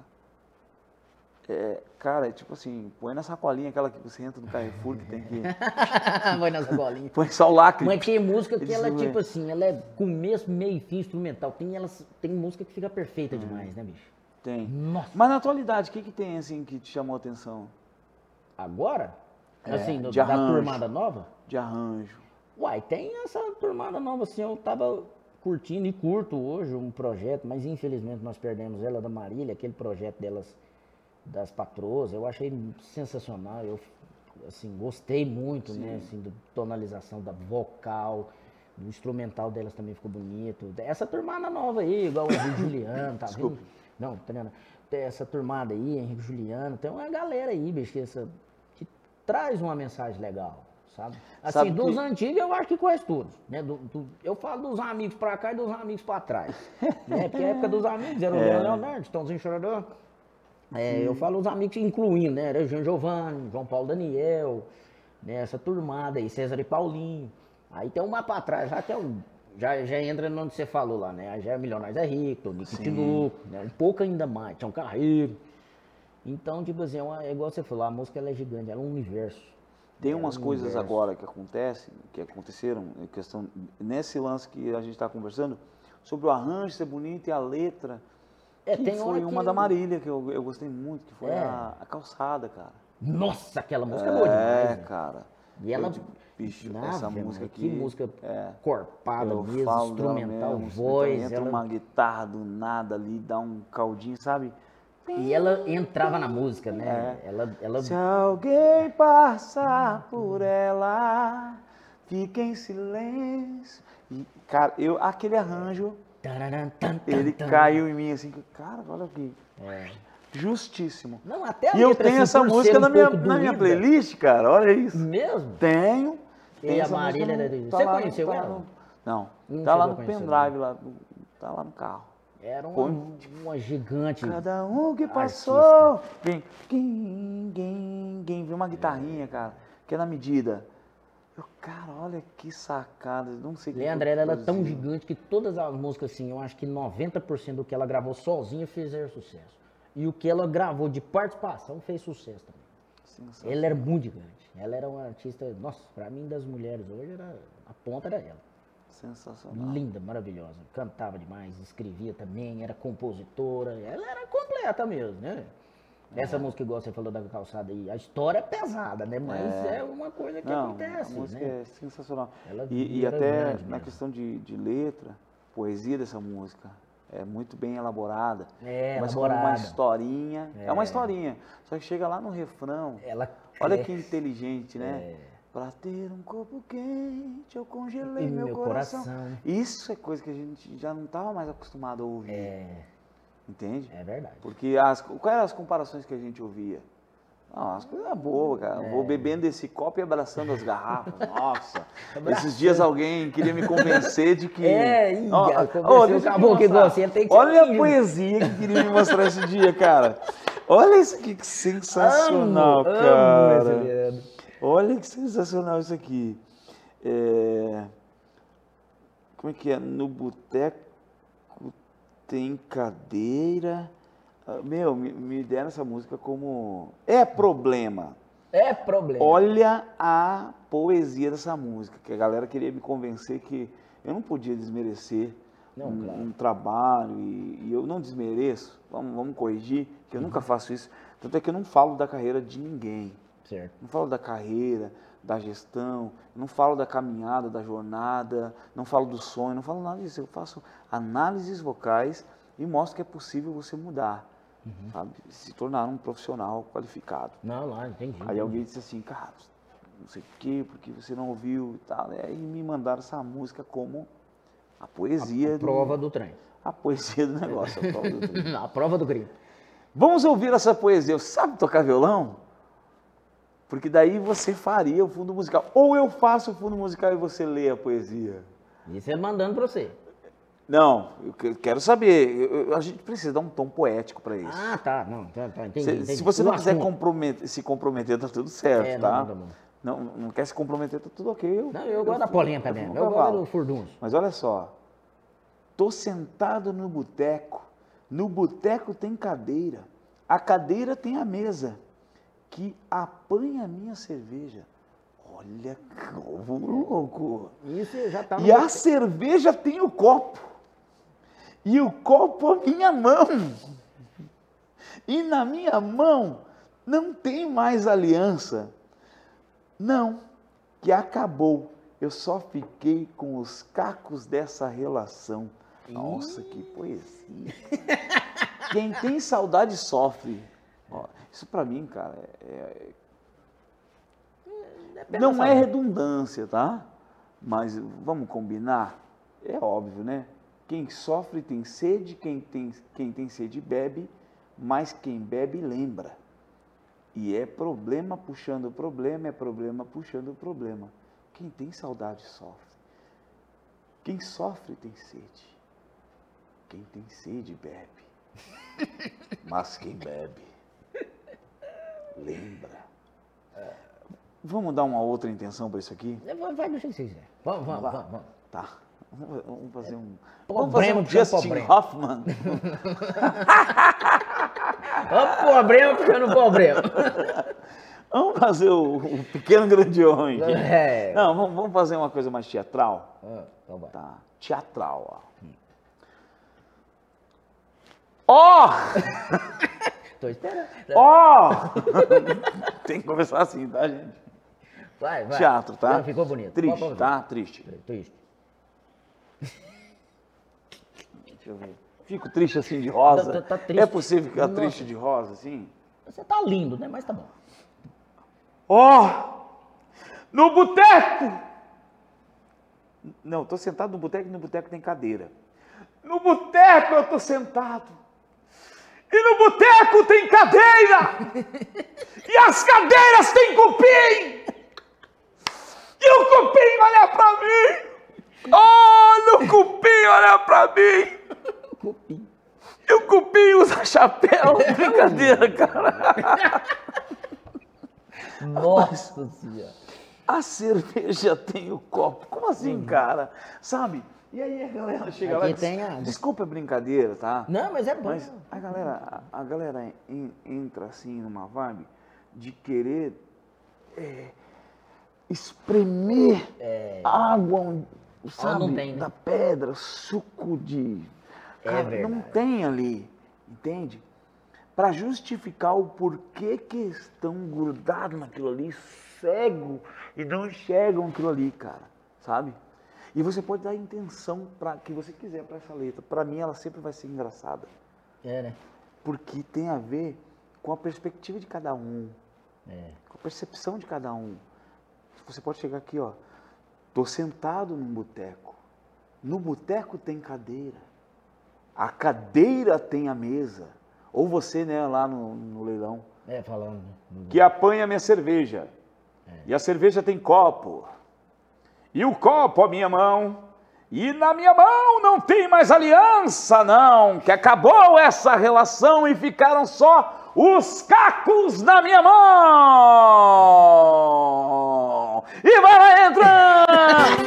Cara, tipo assim, põe na sacolinha aquela que você entra no Carrefour, que tem que... Põe na sacolinha. Põe só o lacre. Mas tem música que ela, tipo assim, ela é começo, meio e fim instrumental. Tem música que fica perfeita demais, né, bicho? Tem. Nossa. Mas na atualidade, o que tem, assim, que te chamou a atenção? Agora? Assim, de arranjo. Da turmada nova? De arranjo. Uai, tem essa turmada nova, assim, eu tava curtindo e curto hoje um projeto, mas infelizmente nós perdemos ela, da Marília, aquele projeto delas, das patroas, eu achei sensacional, eu, assim, gostei muito, né, assim, da tonalização da vocal, do instrumental delas também ficou bonito. Essa turmada nova aí, igual o Henrique Juliano, tá vendo? Não, tá vendo? Tem essa turmada aí, Henrique Juliano, tem uma galera aí, bicho, que traz uma mensagem legal. Sabe? Assim, dos antigos eu acho que conhece todos, né? Eu falo dos amigos pra cá e dos amigos pra trás, né? Porque a época dos amigos era o Leonardo, Chitãozinho Chororó, Eu falo os amigos incluindo, né? Era Jean Giovanni, João Paulo Daniel, né? Essa turmada aí, César e Paulinho. Aí tem uma pra trás lá que é o. Já entra no onde você falou lá, né? Aí já é Milionários é Rico, Nick Tinoco, né? Um pouco ainda mais, Tião Carreiro. Então, tipo assim, é igual você falou, a música ela é gigante, ela é um universo. Tem umas coisas agora que aconteceram, em questão, nesse lance que a gente está conversando, sobre o arranjo ser bonito e a letra. Que foi uma da Marília, que eu gostei muito, que foi a Calçada, cara. Nossa, aquela música é boa demais. É, cara. E ela... Bicho, essa música aqui... Que música corpada mesmo, instrumental, mesmo, voz. Entra uma guitarra do nada ali, dá um caldinho, sabe? E ela entrava na música, né? Ela... Se alguém passar por ela, fica em silêncio. E, cara, aquele arranjo, ele caiu em mim assim, cara, olha aqui. Justíssimo. Não, até a e eu letra, tenho assim, essa música na minha playlist, cara, olha isso. Mesmo? Tenho. E a Marília era de... Você conheceu ela? Não, tá lá no pendrive, tá lá no carro. Era uma gigante. Cada um que passou. Vem uma guitarrinha, cara, que é na medida. Cara, olha que sacada. Não sei o que. Leandro, ela era tão gigante que todas as músicas, assim, eu acho que 90% do que ela gravou sozinha fizeram sucesso. E o que ela gravou de participação fez sucesso também. Ela era muito gigante. Ela era uma artista, nossa, pra mim das mulheres hoje, a ponta era ela. Sensacional. Linda, maravilhosa. Cantava demais, escrevia também, era compositora. Ela era completa mesmo, né? Essa música, igual você falou da Calçada aí, a história é pesada, né? Mas é uma coisa que acontece, a música né? é sensacional. Ela E até na mesmo. questão de letra, poesia dessa música é muito bem elaborada. Mas como uma historinha. É uma historinha. Só que chega lá no refrão. Olha que inteligente, né? Pra ter um corpo quente, eu congelei meu coração. Isso é coisa que a gente já não estava mais acostumado a ouvir. Entende? É verdade. Porque quais eram as comparações que a gente ouvia? Não, as coisas boas, cara. Vou bebendo esse copo e abraçando as garrafas. Nossa. Esses dias alguém queria me convencer de que... Olha a poesia que queria me mostrar esse dia, cara. Olha isso aqui, que sensacional, cara. Olha que sensacional isso aqui. Como é que é? No boteco tem cadeira. Me deram essa música como... É problema. É problema. Olha a poesia dessa música, que a galera queria me convencer que eu não podia desmerecer um trabalho, e eu não desmereço, vamos corrigir, que eu nunca faço isso. Tanto é que eu não falo da carreira de ninguém. Certo. Não falo da carreira, da gestão, não falo da caminhada, da jornada, não falo do sonho, não falo nada disso. Eu faço análises vocais e mostro que é possível você mudar, sabe? Se tornar um profissional qualificado. Entendi. Aí alguém disse assim, cara, não sei o quê, porque você não ouviu e tal. E me mandaram essa música como a poesia a prova do trem. A poesia do negócio, a prova do trem. A prova do grito. Vamos ouvir essa poesia. Sabe tocar violão? Porque daí você faria o fundo musical. Ou eu faço o fundo musical e você lê a poesia. Isso é mandando pra você. Não, eu quero saber. A gente precisa dar um tom poético para isso. Tá. Não, entendi. Se você não quiser se comprometer, tá tudo certo, tá? Não. Não quer se comprometer, tá tudo ok. Eu gosto da polinha também. Eu gosto do furdunço. Mas olha só. Tô sentado no boteco. No boteco tem cadeira. A cadeira tem a mesa que apanha a minha cerveja. Olha que louco. Isso já tá no E a cerveja tem o copo. E o copo a minha mão. E na minha mão não tem mais aliança. Não, que acabou. Eu só fiquei com os cacos dessa relação. Nossa, que poesia. Quem tem saudade sofre. Ó, isso pra mim, cara, não é redundância, tá? Mas vamos combinar? É óbvio, né? Quem sofre tem sede, quem tem sede bebe, mas quem bebe lembra. E é problema puxando problema, é problema puxando problema. Quem tem saudade sofre. Quem sofre tem sede. Quem tem sede bebe. Mas quem bebe lembra. Vamos dar uma outra intenção para isso aqui? Vai do jeito que você quiser. Vamos. Tá. Vamos fazer um... Problema, vamos fazer um Justin Hoffman. Ó, problema puxando problema. Vamos fazer o Pequeno Grandioso. É. Não, vamos fazer uma coisa mais teatral. Então vai. Tá, teatral, ó. Tô esperando. Ó! Tem que começar assim, tá, gente? Vai. Teatro, tá? Não, ficou bonito. Triste, tá? Triste. Triste. Deixa eu ver. Fico triste assim de rosa. Tá triste. É possível ficar Nossa. triste de rosa assim? Você tá lindo, né? Mas tá bom. Ó! No boteco! Não, eu tô sentado no boteco e no boteco tem cadeira. No boteco eu tô sentado. E no boteco tem cadeira! E as cadeiras têm cupim! E o cupim olha pra mim! Olha o cupim olha pra mim! Cupim. E o cupim usa chapéu! Brincadeira, cara! Nossa Senhora. A cerveja tem o copo. Como assim, cara? Sabe? E aí a galera chega Aqui lá e tem diz, água. desculpa a brincadeira, tá? Não, mas é bom. Mas a galera entra assim numa vibe de querer espremer água, sabe, não tem, né? da pedra, suco de... Cara, não verdade. tem ali, entende? Para justificar o porquê que estão grudados naquilo ali, cego e não enxergam aquilo ali, cara, sabe? E você pode dar a intenção para que você quiser para essa letra. Para mim, ela sempre vai ser engraçada. É, né? Porque tem a ver com a perspectiva de cada um. Com a percepção de cada um. Você pode chegar aqui, ó. Tô sentado num boteco. No boteco tem cadeira. A cadeira tem a mesa. Ou você, né, lá no leilão. Falando. Que apanha a minha cerveja. E a cerveja tem copo. E o copo a minha mão. E na minha mão não tem mais aliança, não. Que acabou essa relação e ficaram só os cacos na minha mão. E vai lá entrando.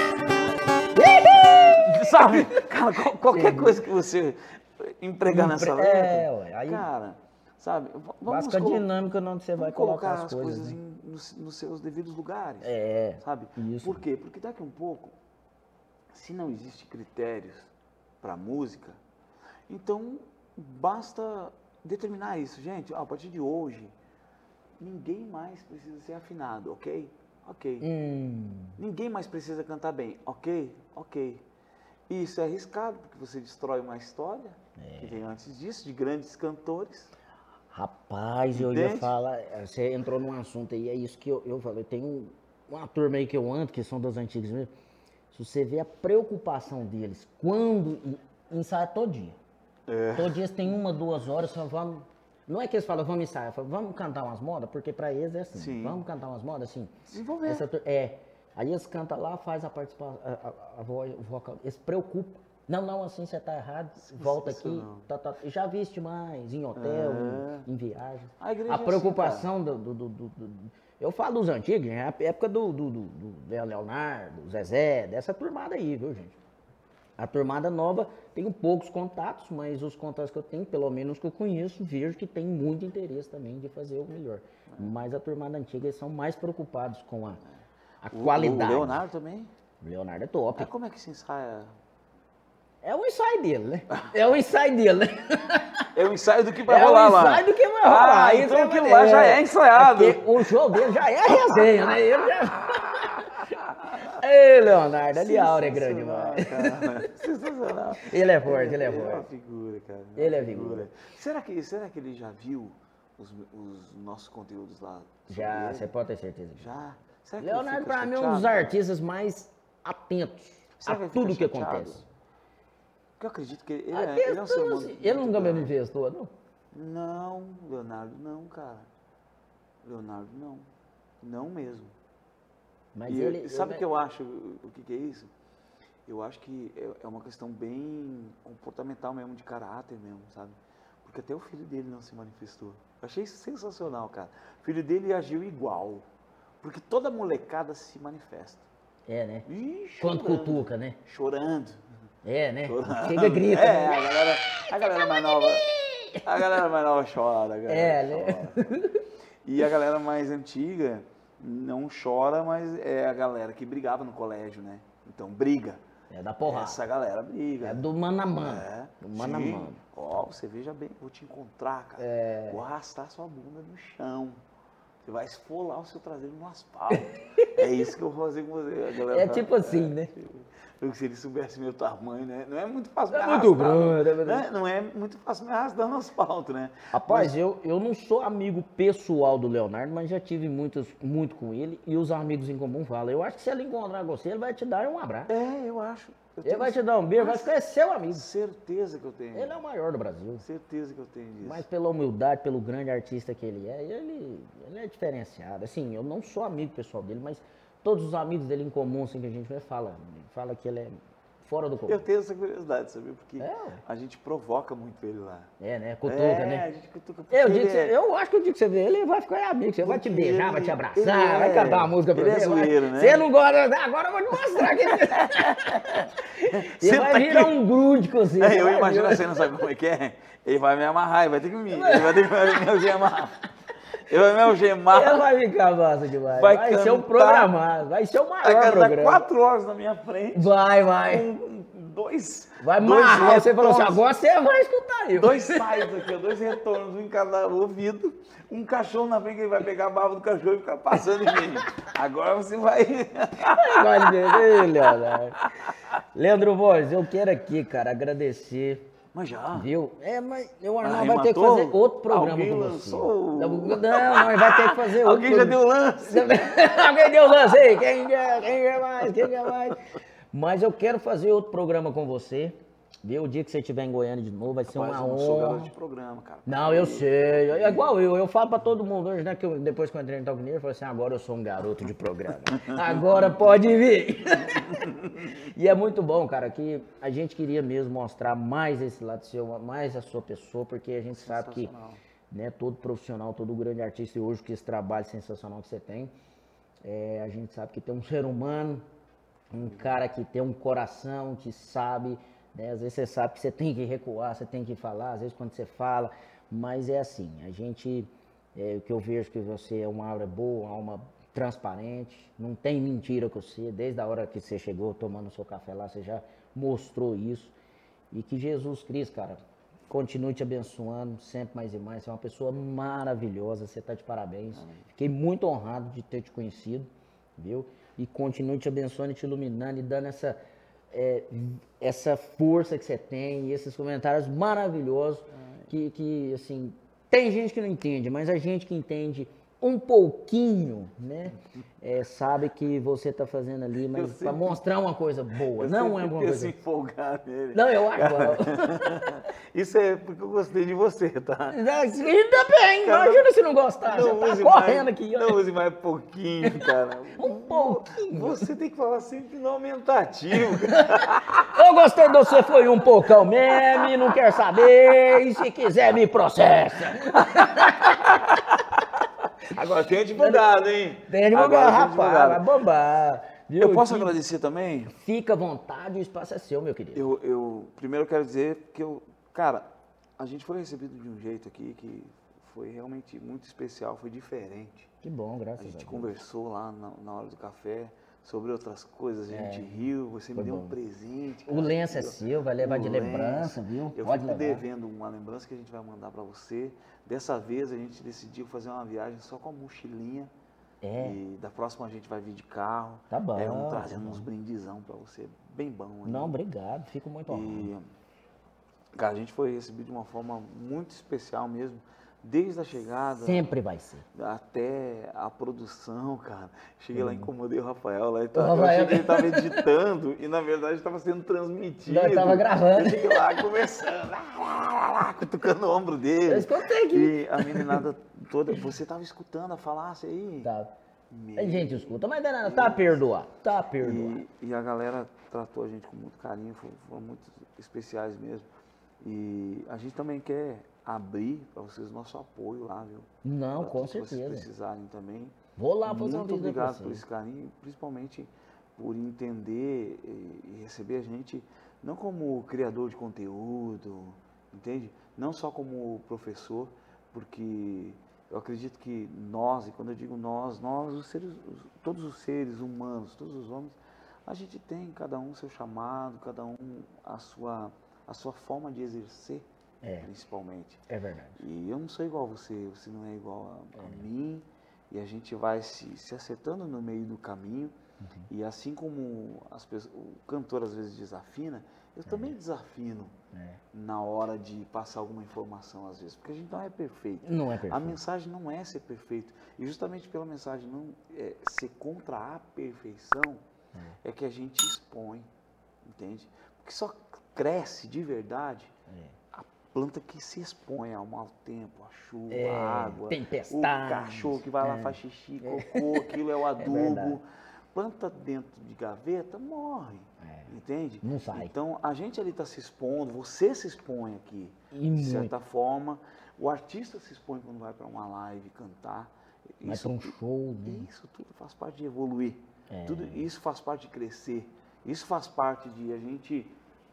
Sabe? Cara, qualquer coisa que você empregar nessa letra. Aí, cara, sabe? Básica dinâmica onde você vai colocar as coisas, né? nos seus devidos lugares. Sabe? Isso. Por quê? Porque daqui a um pouco, se não existe critérios para música, então basta determinar isso. Gente, a partir de hoje, ninguém mais precisa ser afinado, ok? Ok. Ninguém mais precisa cantar bem, ok? Ok. Isso é arriscado, porque você destrói uma história que vem antes disso, de grandes cantores. Rapaz, eu ia falar, você entrou num assunto aí, é isso que eu falei. Tem uma turma aí que eu ando, que são das antigas mesmo. Se você vê a preocupação deles, quando ensaia todo dia. Todo dia tem 1, 2 horas, só vamos... Não é que eles falam, vamos ensaiar, falam, vamos cantar umas modas, porque pra eles é assim. Sim. Vamos cantar umas modas, assim. Desenvolver. Aí eles cantam lá, faz a participação, a voz, o vocal, eles se preocupam. Não, assim você tá errado, volta aqui. Já viste mais em hotel, em viagem. A preocupação eu falo dos antigos, né? A época do Leonardo, do Zezé, dessa turmada aí, viu, gente? A turmada nova, tenho poucos contatos, mas os contatos que eu tenho, pelo menos que eu conheço, vejo que tem muito interesse também de fazer o melhor. Mas a turmada antiga, eles são mais preocupados com a qualidade. O Leonardo também? O Leonardo é top. Como é que se ensaia? É o ensaio dele, né? É o ensaio dele, né? É o ensaio do que vai rolar lá. É o ensaio do que vai rolar. Então aquilo lá já é ensaiado. O show dele já é a resenha, né? Ele já... Ei, Leonardo, ali a aura é grande demais. Sensacional. Ele é forte, ele é forte. Ele é uma figura, cara. Ele é figura. Será que ele já viu os nossos conteúdos lá? Já, você pode ter certeza. Já? Será que Leonardo, pra mim, é um dos artistas mais atentos a tudo que acontece. Porque eu acredito que ele é um ser humano. Ele nunca me manifestou, não? Não, Leonardo não, cara. Leonardo não. Não mesmo. Mas sabe o que eu acho? O que é isso? Eu acho que é uma questão bem comportamental mesmo, de caráter mesmo, sabe? porque até o filho dele não se manifestou. Eu achei isso sensacional, cara. O filho dele agiu igual, porque toda molecada se manifesta. É, né? Ih, quando cutuca, né? Chorando. É, né? Chorando. Chega e grita. É, né? a galera mais nova. A galera mais nova chora, né? E a galera mais antiga não chora, mas é a galera que brigava no colégio, né? Então briga. É da porrada. Essa galera briga. É do mano a mano. É. Do mano a mano. Ó, você veja bem, vou te encontrar, cara. Vou arrastar sua bunda no chão. Você vai esfolar o seu traseiro no asfalto. É isso que eu vou fazer com você. A galera tipo assim, né? Se ele soubesse meu tamanho, né? Não é muito fácil me arrastar. Muito grande, né? Não é muito fácil me arrastar no asfalto, né? Rapaz, eu não sou amigo pessoal do Leonardo, mas já tive muito com ele. E os amigos em comum falam, eu acho que se ele encontrar você, ele vai te dar um abraço. É, eu acho. Ele vai te dar um beijo, vai ficar seu amigo. Certeza que eu tenho. Ele é o maior do Brasil. Certeza que eu tenho disso. Mas pela humildade, pelo grande artista que ele é diferenciado. Assim, eu não sou amigo pessoal dele, mas todos os amigos dele em comum, assim, que a gente vê, fala que ele é fora do comum. Eu tenho essa curiosidade, sabe? Porque a gente provoca muito ele lá. É, né? Cutuca, né? A gente cutuca. Eu acho que o dia que você vê ele, ele vai ficar amigo. Você vai te beijar, vai te abraçar, vai cantar uma música pra ele. Ele é zoeiro, né? Você não gosta, agora eu vou te mostrar que ele vai virar um grude com você. Eu imagino a cena, sabe como é que é? Ele vai me amarrar, ele vai ter que me algemar. Ele vai me algemar. Ele vai ficar massa demais. Vai ser um programado, vai ser o maior programa. 4 horas na minha frente. Vai. Vai amarrar, você falou assim, agora você vai escutar eu. 2 saios aqui, 2 retornos, um em cada ouvido. Um cachorro na frente, ele vai pegar a barba do cachorro e ficar passando em mim. Agora você vai... Vai ver, Leonardo. Leandro Voz, eu quero aqui, cara, agradecer. Mas já? Viu? Mas o Arnaldo vai ter que fazer outro programa com você. Não, nós vai ter que fazer outro. Alguém já deu lance? Alguém deu lance aí? Quem quer mais? Mas eu quero fazer outro programa com você. Viu? O dia que você estiver em Goiânia de novo, vai ser uma honra. Eu não sou garoto de programa, cara. Não, eu sei. É igual eu falo pra todo mundo hoje, né? Que depois que eu entrei no Talk Mineiro, eu falei assim, agora eu sou um garoto de programa. Agora pode vir. E é muito bom, cara, que a gente queria mesmo mostrar mais esse lado seu, mais a sua pessoa, porque a gente sabe que, né, todo profissional, todo grande artista, e hoje que esse trabalho sensacional que você tem, a gente sabe que tem um ser humano, um cara que tem um coração, que sabe... Né? Às vezes você sabe que você tem que recuar, você tem que falar, às vezes quando você fala, mas é assim, a gente, o que eu vejo que você é uma alma boa, uma alma transparente, não tem mentira com você, desde a hora que você chegou tomando o seu café lá, você já mostrou isso, e que Jesus Cristo, cara, continue te abençoando sempre mais e mais, você é uma pessoa maravilhosa, você está de parabéns, fiquei muito honrado de ter te conhecido, viu? E continue te abençoando e te iluminando e dando essa força que você tem e esses comentários maravilhosos que, assim, tem gente que não entende, mas a gente que entende um pouquinho, né, sabe que você está fazendo ali, mas para mostrar uma coisa boa, não é uma coisa... se empolgar nele. Não, eu acho. Isso é porque eu gostei de você, tá? Ainda bem, imagina se não gostar, você tá correndo aqui. Não use mais pouquinho, cara. Um pouquinho. Você tem que falar sempre no aumentativo. Eu gostei de você, foi um poucão meme, não quer saber, e se quiser me processa. Agora tem advogado, hein? Tem advogado, rapaz, vai bombar. Viu? Eu posso agradecer também? Fica à vontade, o espaço é seu, meu querido. Eu primeiro quero dizer que cara, a gente foi recebido de um jeito aqui que foi realmente muito especial, foi diferente. Que bom, graças a Deus. A gente conversou lá na hora do café sobre outras coisas, a gente riu, você me deu um presente. Cara, o lenço é seu, vai levar de lembrança, viu? Eu fico devendo uma lembrança que a gente vai mandar para você. Dessa vez a gente decidiu fazer uma viagem só com a mochilinha. E da próxima a gente vai vir de carro. Tá bom. Vamos trazendo uns brindizão para você, bem bom. Hein? Não, obrigado, fico muito honrado. Cara, a gente foi recebido de uma forma muito especial mesmo. Desde a chegada... Sempre vai ser. Até a produção, cara. Cheguei lá, incomodei o Rafael lá. Eu achei que ele estava editando e, na verdade, estava sendo transmitido. Não, ele estava gravando. Eu cheguei lá, conversando, cutucando o ombro dele. Eu escutei aqui. E a meninada toda... Você estava escutando a falácia aí? Tá. A gente escuta, mas não, tá a perdoar. Tá a perdoar. E a galera tratou a gente com muito carinho, foram muito especiais mesmo. E a gente também quer abrir para vocês nosso apoio lá, viu? Não, pra com tudo que vocês certeza. precisarem também. Vou lá fazer uma Muito visita pra obrigado você. por esse carinho, principalmente por entender e receber a gente não como criador de conteúdo, entende? Não só como professor, porque eu acredito que nós, e quando eu digo nós, todos os seres humanos, todos os homens, a gente tem cada um seu chamado, cada um a sua forma de exercer, principalmente. É verdade. E eu não sou igual a você não é igual a mim, e a gente vai se acertando no meio do caminho. E assim como o cantor às vezes desafina, eu também desafino na hora de passar alguma informação às vezes, porque a gente não é perfeito. Não é perfeito. A mensagem não é ser perfeito. E justamente pela mensagem não ser contra a perfeição, é que a gente expõe, entende? Porque só cresce de verdade a planta que se expõe ao mau tempo, à chuva, à água, tempestade, o cachorro que vai lá, faz xixi, cocô, aquilo é o adubo. Planta dentro de gaveta, morre, entende? Não sai. Então, a gente ali está se expondo, você se expõe aqui, de certa forma. O artista se expõe quando vai para uma live cantar. Vai para um show. Né? Isso tudo faz parte de evoluir. Tudo isso faz parte de crescer. Isso faz parte de a gente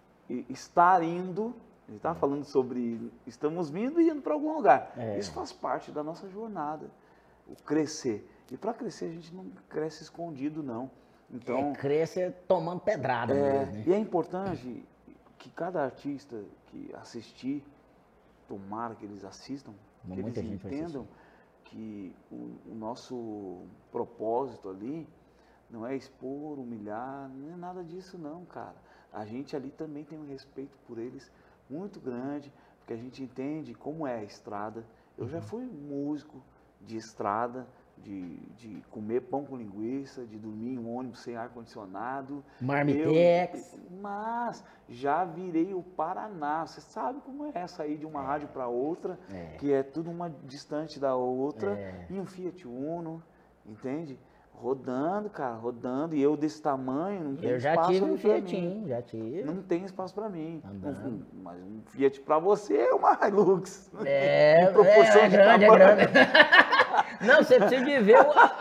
estar indo. A gente está falando sobre estamos vindo e indo para algum lugar. Isso faz parte da nossa jornada, o crescer. E para crescer a gente não cresce escondido, não. Então, cresce tomando pedrada mesmo, né? E é importante que cada artista que assistir, tomara que eles assistam, que eles entendam que o nosso propósito ali não é expor, humilhar, não é nada disso não, cara. A gente ali também tem um respeito por eles muito grande, porque a gente entende como é a estrada. Eu já fui músico de estrada, de comer pão com linguiça, de dormir em um ônibus sem ar-condicionado. Marmitex. Mas já virei o Paraná. Você sabe como é sair de uma rádio para outra, que é tudo uma distante da outra, e um Fiat Uno, entende? Rodando, cara, rodando, e eu desse tamanho, não tem espaço para mim. Eu já tive um Fiatinho, já tive. Não tem espaço para mim. Mas um Fiat para você é uma Hilux. É grande. Não, você precisa de ver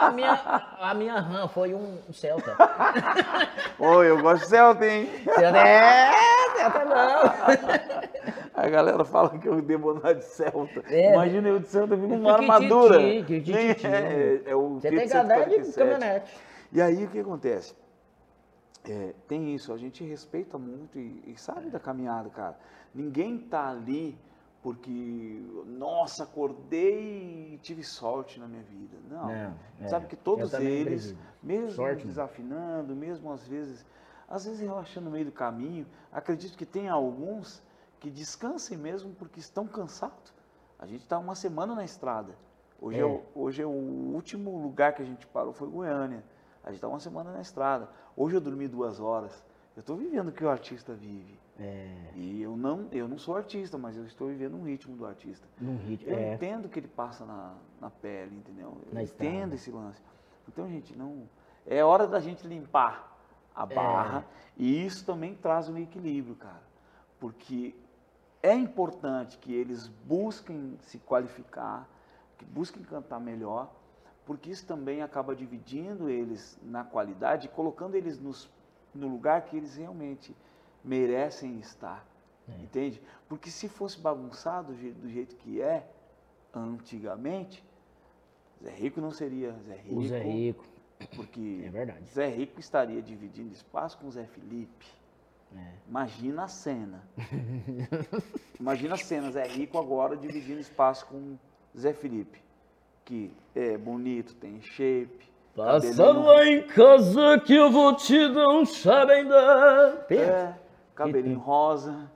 a minha RAM, foi um Celta. Oi, eu gosto de Celta, hein? Celta não. A galera fala que eu devo andar de Celta. Imagina eu de Celta vindo uma armadura. Você tem que andar de caminhonete. E aí o que acontece? Tem isso, a gente respeita muito e sabe da caminhada, cara. Ninguém tá ali porque, nossa, acordei e tive sorte na minha vida. Não. Sabe que todos eles, mesmo desafinando, mesmo às vezes relaxando no meio do caminho, acredito que tem alguns que descansem mesmo porque estão cansados. A gente está uma semana na estrada. Hoje é o último lugar que a gente parou, foi Goiânia. A gente está uma semana na estrada. Hoje eu dormi 2 horas. Eu estou vivendo o que o artista vive. E eu não sou artista, mas eu estou vivendo um ritmo do artista. Eu entendo que ele passa na pele, entendeu? Eu entendo esse lance. Então, gente, é hora da gente limpar a barra. E isso também traz um equilíbrio, cara. Porque é importante que eles busquem se qualificar, que busquem cantar melhor, porque isso também acaba dividindo eles na qualidade e colocando eles no lugar que eles realmente merecem estar, entende? Porque se fosse bagunçado do jeito que é, antigamente, Zé Rico não seria Zé Rico. O Zé Rico. Porque é verdade. Zé Rico estaria dividindo espaço com Zé Felipe. Imagina a cena. Imagina a cena, Zé Rico agora dividindo espaço com Zé Felipe, que é bonito, tem shape. Passa lá em casa que eu vou te dar um chá bem da... Cabelinho rosa.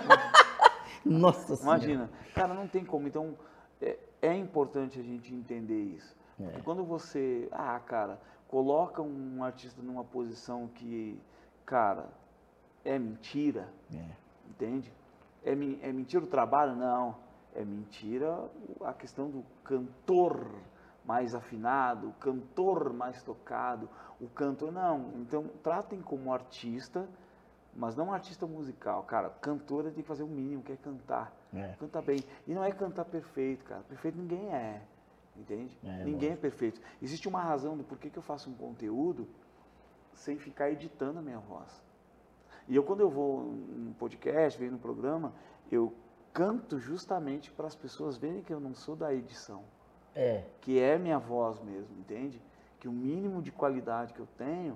Nossa Senhora. Imagina. Cara, não tem como. Então, é importante a gente entender isso. Porque quando você, cara, coloca um artista numa posição que, cara, é mentira, entende? É mentira o trabalho? Não. É mentira a questão do cantor mais afinado, o cantor mais tocado, o cantor não. Então, tratem como artista mas não um artista musical. Cara, cantora tem que fazer o mínimo, que é cantar. Canta bem. E não é cantar perfeito, cara. Perfeito ninguém é. Entende? Ninguém é perfeito. Existe uma razão do porquê que eu faço um conteúdo sem ficar editando a minha voz. E eu, quando eu vou num podcast, venho no programa, eu canto justamente para as pessoas verem que eu não sou da edição. Que é minha voz mesmo, entende? Que o mínimo de qualidade que eu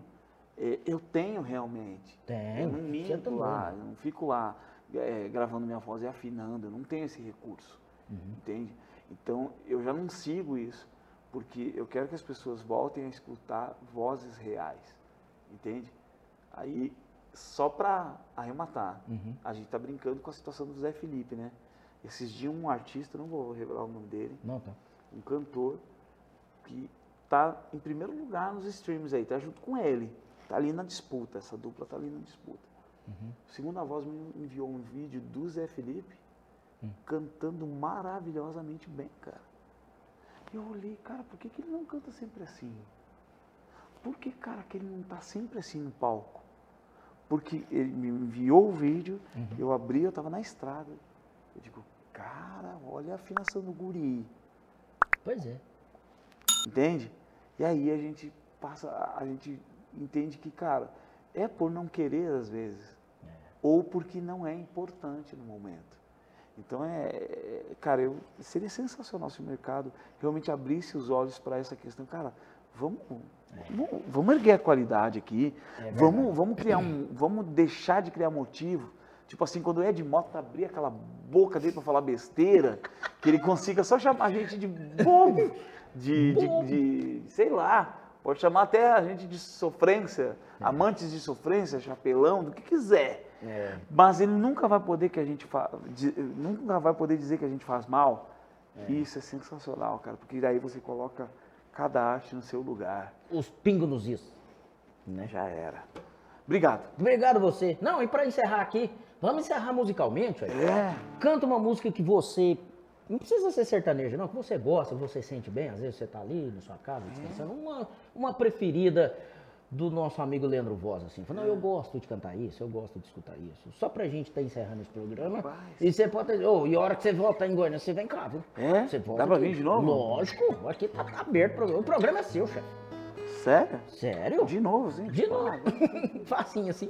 tenho realmente. Eu não minto lá, eu não fico lá gravando minha voz e afinando, eu não tenho esse recurso, entende? Então, eu já não sigo isso, porque eu quero que as pessoas voltem a escutar vozes reais, entende? Aí, só para arrematar, a gente tá brincando com a situação do Zé Felipe, né? Esses dias um artista, não vou revelar o nome dele, um cantor que tá em primeiro lugar nos streams aí, tá junto com ele, tá ali na disputa, essa dupla tá ali na disputa. Segunda Voz me enviou um vídeo do Zé Felipe cantando maravilhosamente bem, cara. E eu olhei, cara, por que ele não canta sempre assim? Por que, cara, que ele não tá sempre assim no palco? Porque ele me enviou o vídeo, eu abri, eu tava na estrada. Eu digo, cara, olha a afinação do guri. Pois é. Entende? E aí a gente entende que, cara, é por não querer às vezes, ou porque não é importante no momento. Então cara, seria sensacional se o mercado realmente abrisse os olhos para essa questão. Cara, vamos erguer a qualidade aqui, vamos deixar de criar motivo. Tipo assim, quando o Ed Mota abrir aquela boca dele para falar besteira, que ele consiga só chamar a gente de bobo, sei lá, pode chamar até a gente de sofrência, amantes de sofrência, chapelão, do que quiser. Mas ele nunca vai poder nunca vai poder dizer que a gente faz mal. Isso é sensacional, cara, porque daí você coloca cada arte no seu lugar. Os pingos nos is. Né? Já era. Obrigado. Obrigado você. Não, e para encerrar aqui, vamos encerrar musicalmente. Canta uma música que você... Não precisa ser sertaneja, não, que você gosta, que você sente bem. Às vezes você tá ali na sua casa, descansando. Uma preferida do nosso amigo Leandro Voz, assim. Não, eu gosto de cantar isso, eu gosto de escutar isso. Só pra gente estar encerrando esse programa. E você pode... e a hora que você voltar em Goiânia, você vem cá, viu? Você dá pra vir de novo? Lógico, aqui tá aberto. O programa é seu, chefe. Sério? Sério? De novo, sim. De novo. Facinho assim.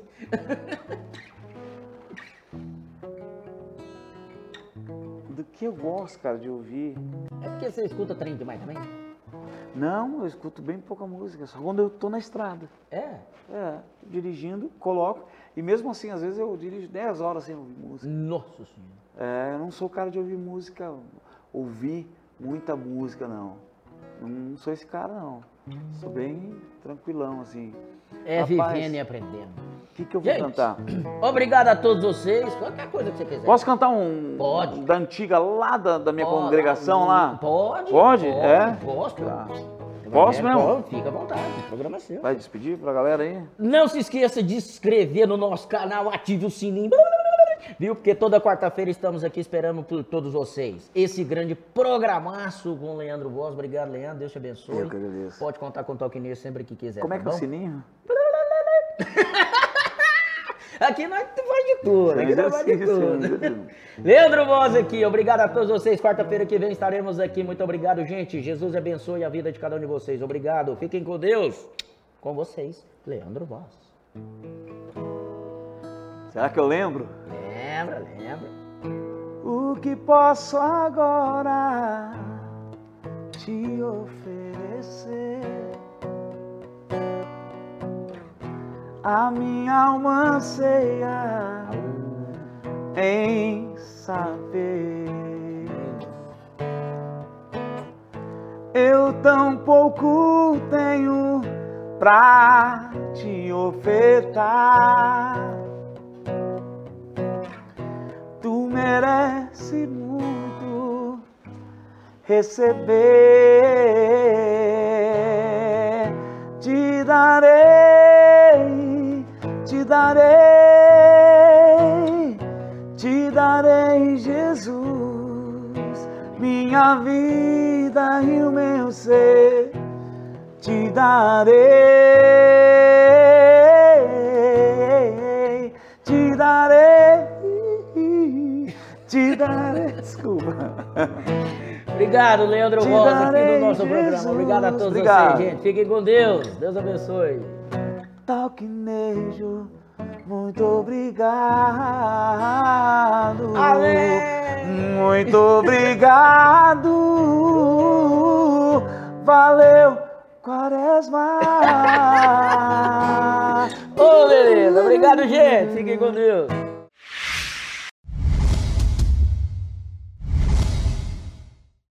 Do que eu gosto, cara, de ouvir. É porque você escuta trem demais também? Não, eu escuto bem pouca música, só quando eu tô na estrada. Dirigindo, coloco. E mesmo assim, às vezes eu dirijo 10 horas sem ouvir música. Nossa Senhora. Eu não sou o cara de ouvir música, ouvir muita música, não. Não sou esse cara, não. Sou bem tranquilão, assim. Vivendo e aprendendo. O que eu vou cantar? Obrigado a todos vocês. Qualquer coisa que você quiser. Posso cantar Pode. Da antiga, lá da minha congregação lá? Pode. Pode? Posso. Tá. Posso mesmo? Fica à vontade, o programa é seu. Vai despedir pra galera aí? Não se esqueça de se inscrever no nosso canal, ative o sininho, viu? Porque toda quarta-feira estamos aqui esperando por todos vocês. Esse grande programaço com o Leandro Voz. Obrigado, Leandro. Deus te abençoe. Eu que agradeço. Pode contar com o Toque Nisso sempre que quiser. Como é que é o sininho? Aqui nós faz de tudo. Leandro Voz aqui. Obrigado a todos vocês. Quarta-feira que vem estaremos aqui. Muito obrigado, gente. Jesus abençoe a vida de cada um de vocês. Obrigado. Fiquem com Deus. Com vocês, Leandro Voz. Será que eu lembro? Lembra. O que posso agora te oferecer? A minha alma anseia em saber. Eu tão pouco tenho pra te ofertar. Tu merece muito receber. Te darei, Jesus, minha vida e o meu ser. Te darei, Desculpa. Obrigado, Leandro Rosa, aqui do nosso programa. Obrigado a todos vocês, gente. Fiquem com Deus. Deus abençoe. Talquinejo, muito obrigado. Amém. Muito obrigado. Valeu, Quaresma. Ô, beleza. Obrigado, gente. Fiquem com Deus.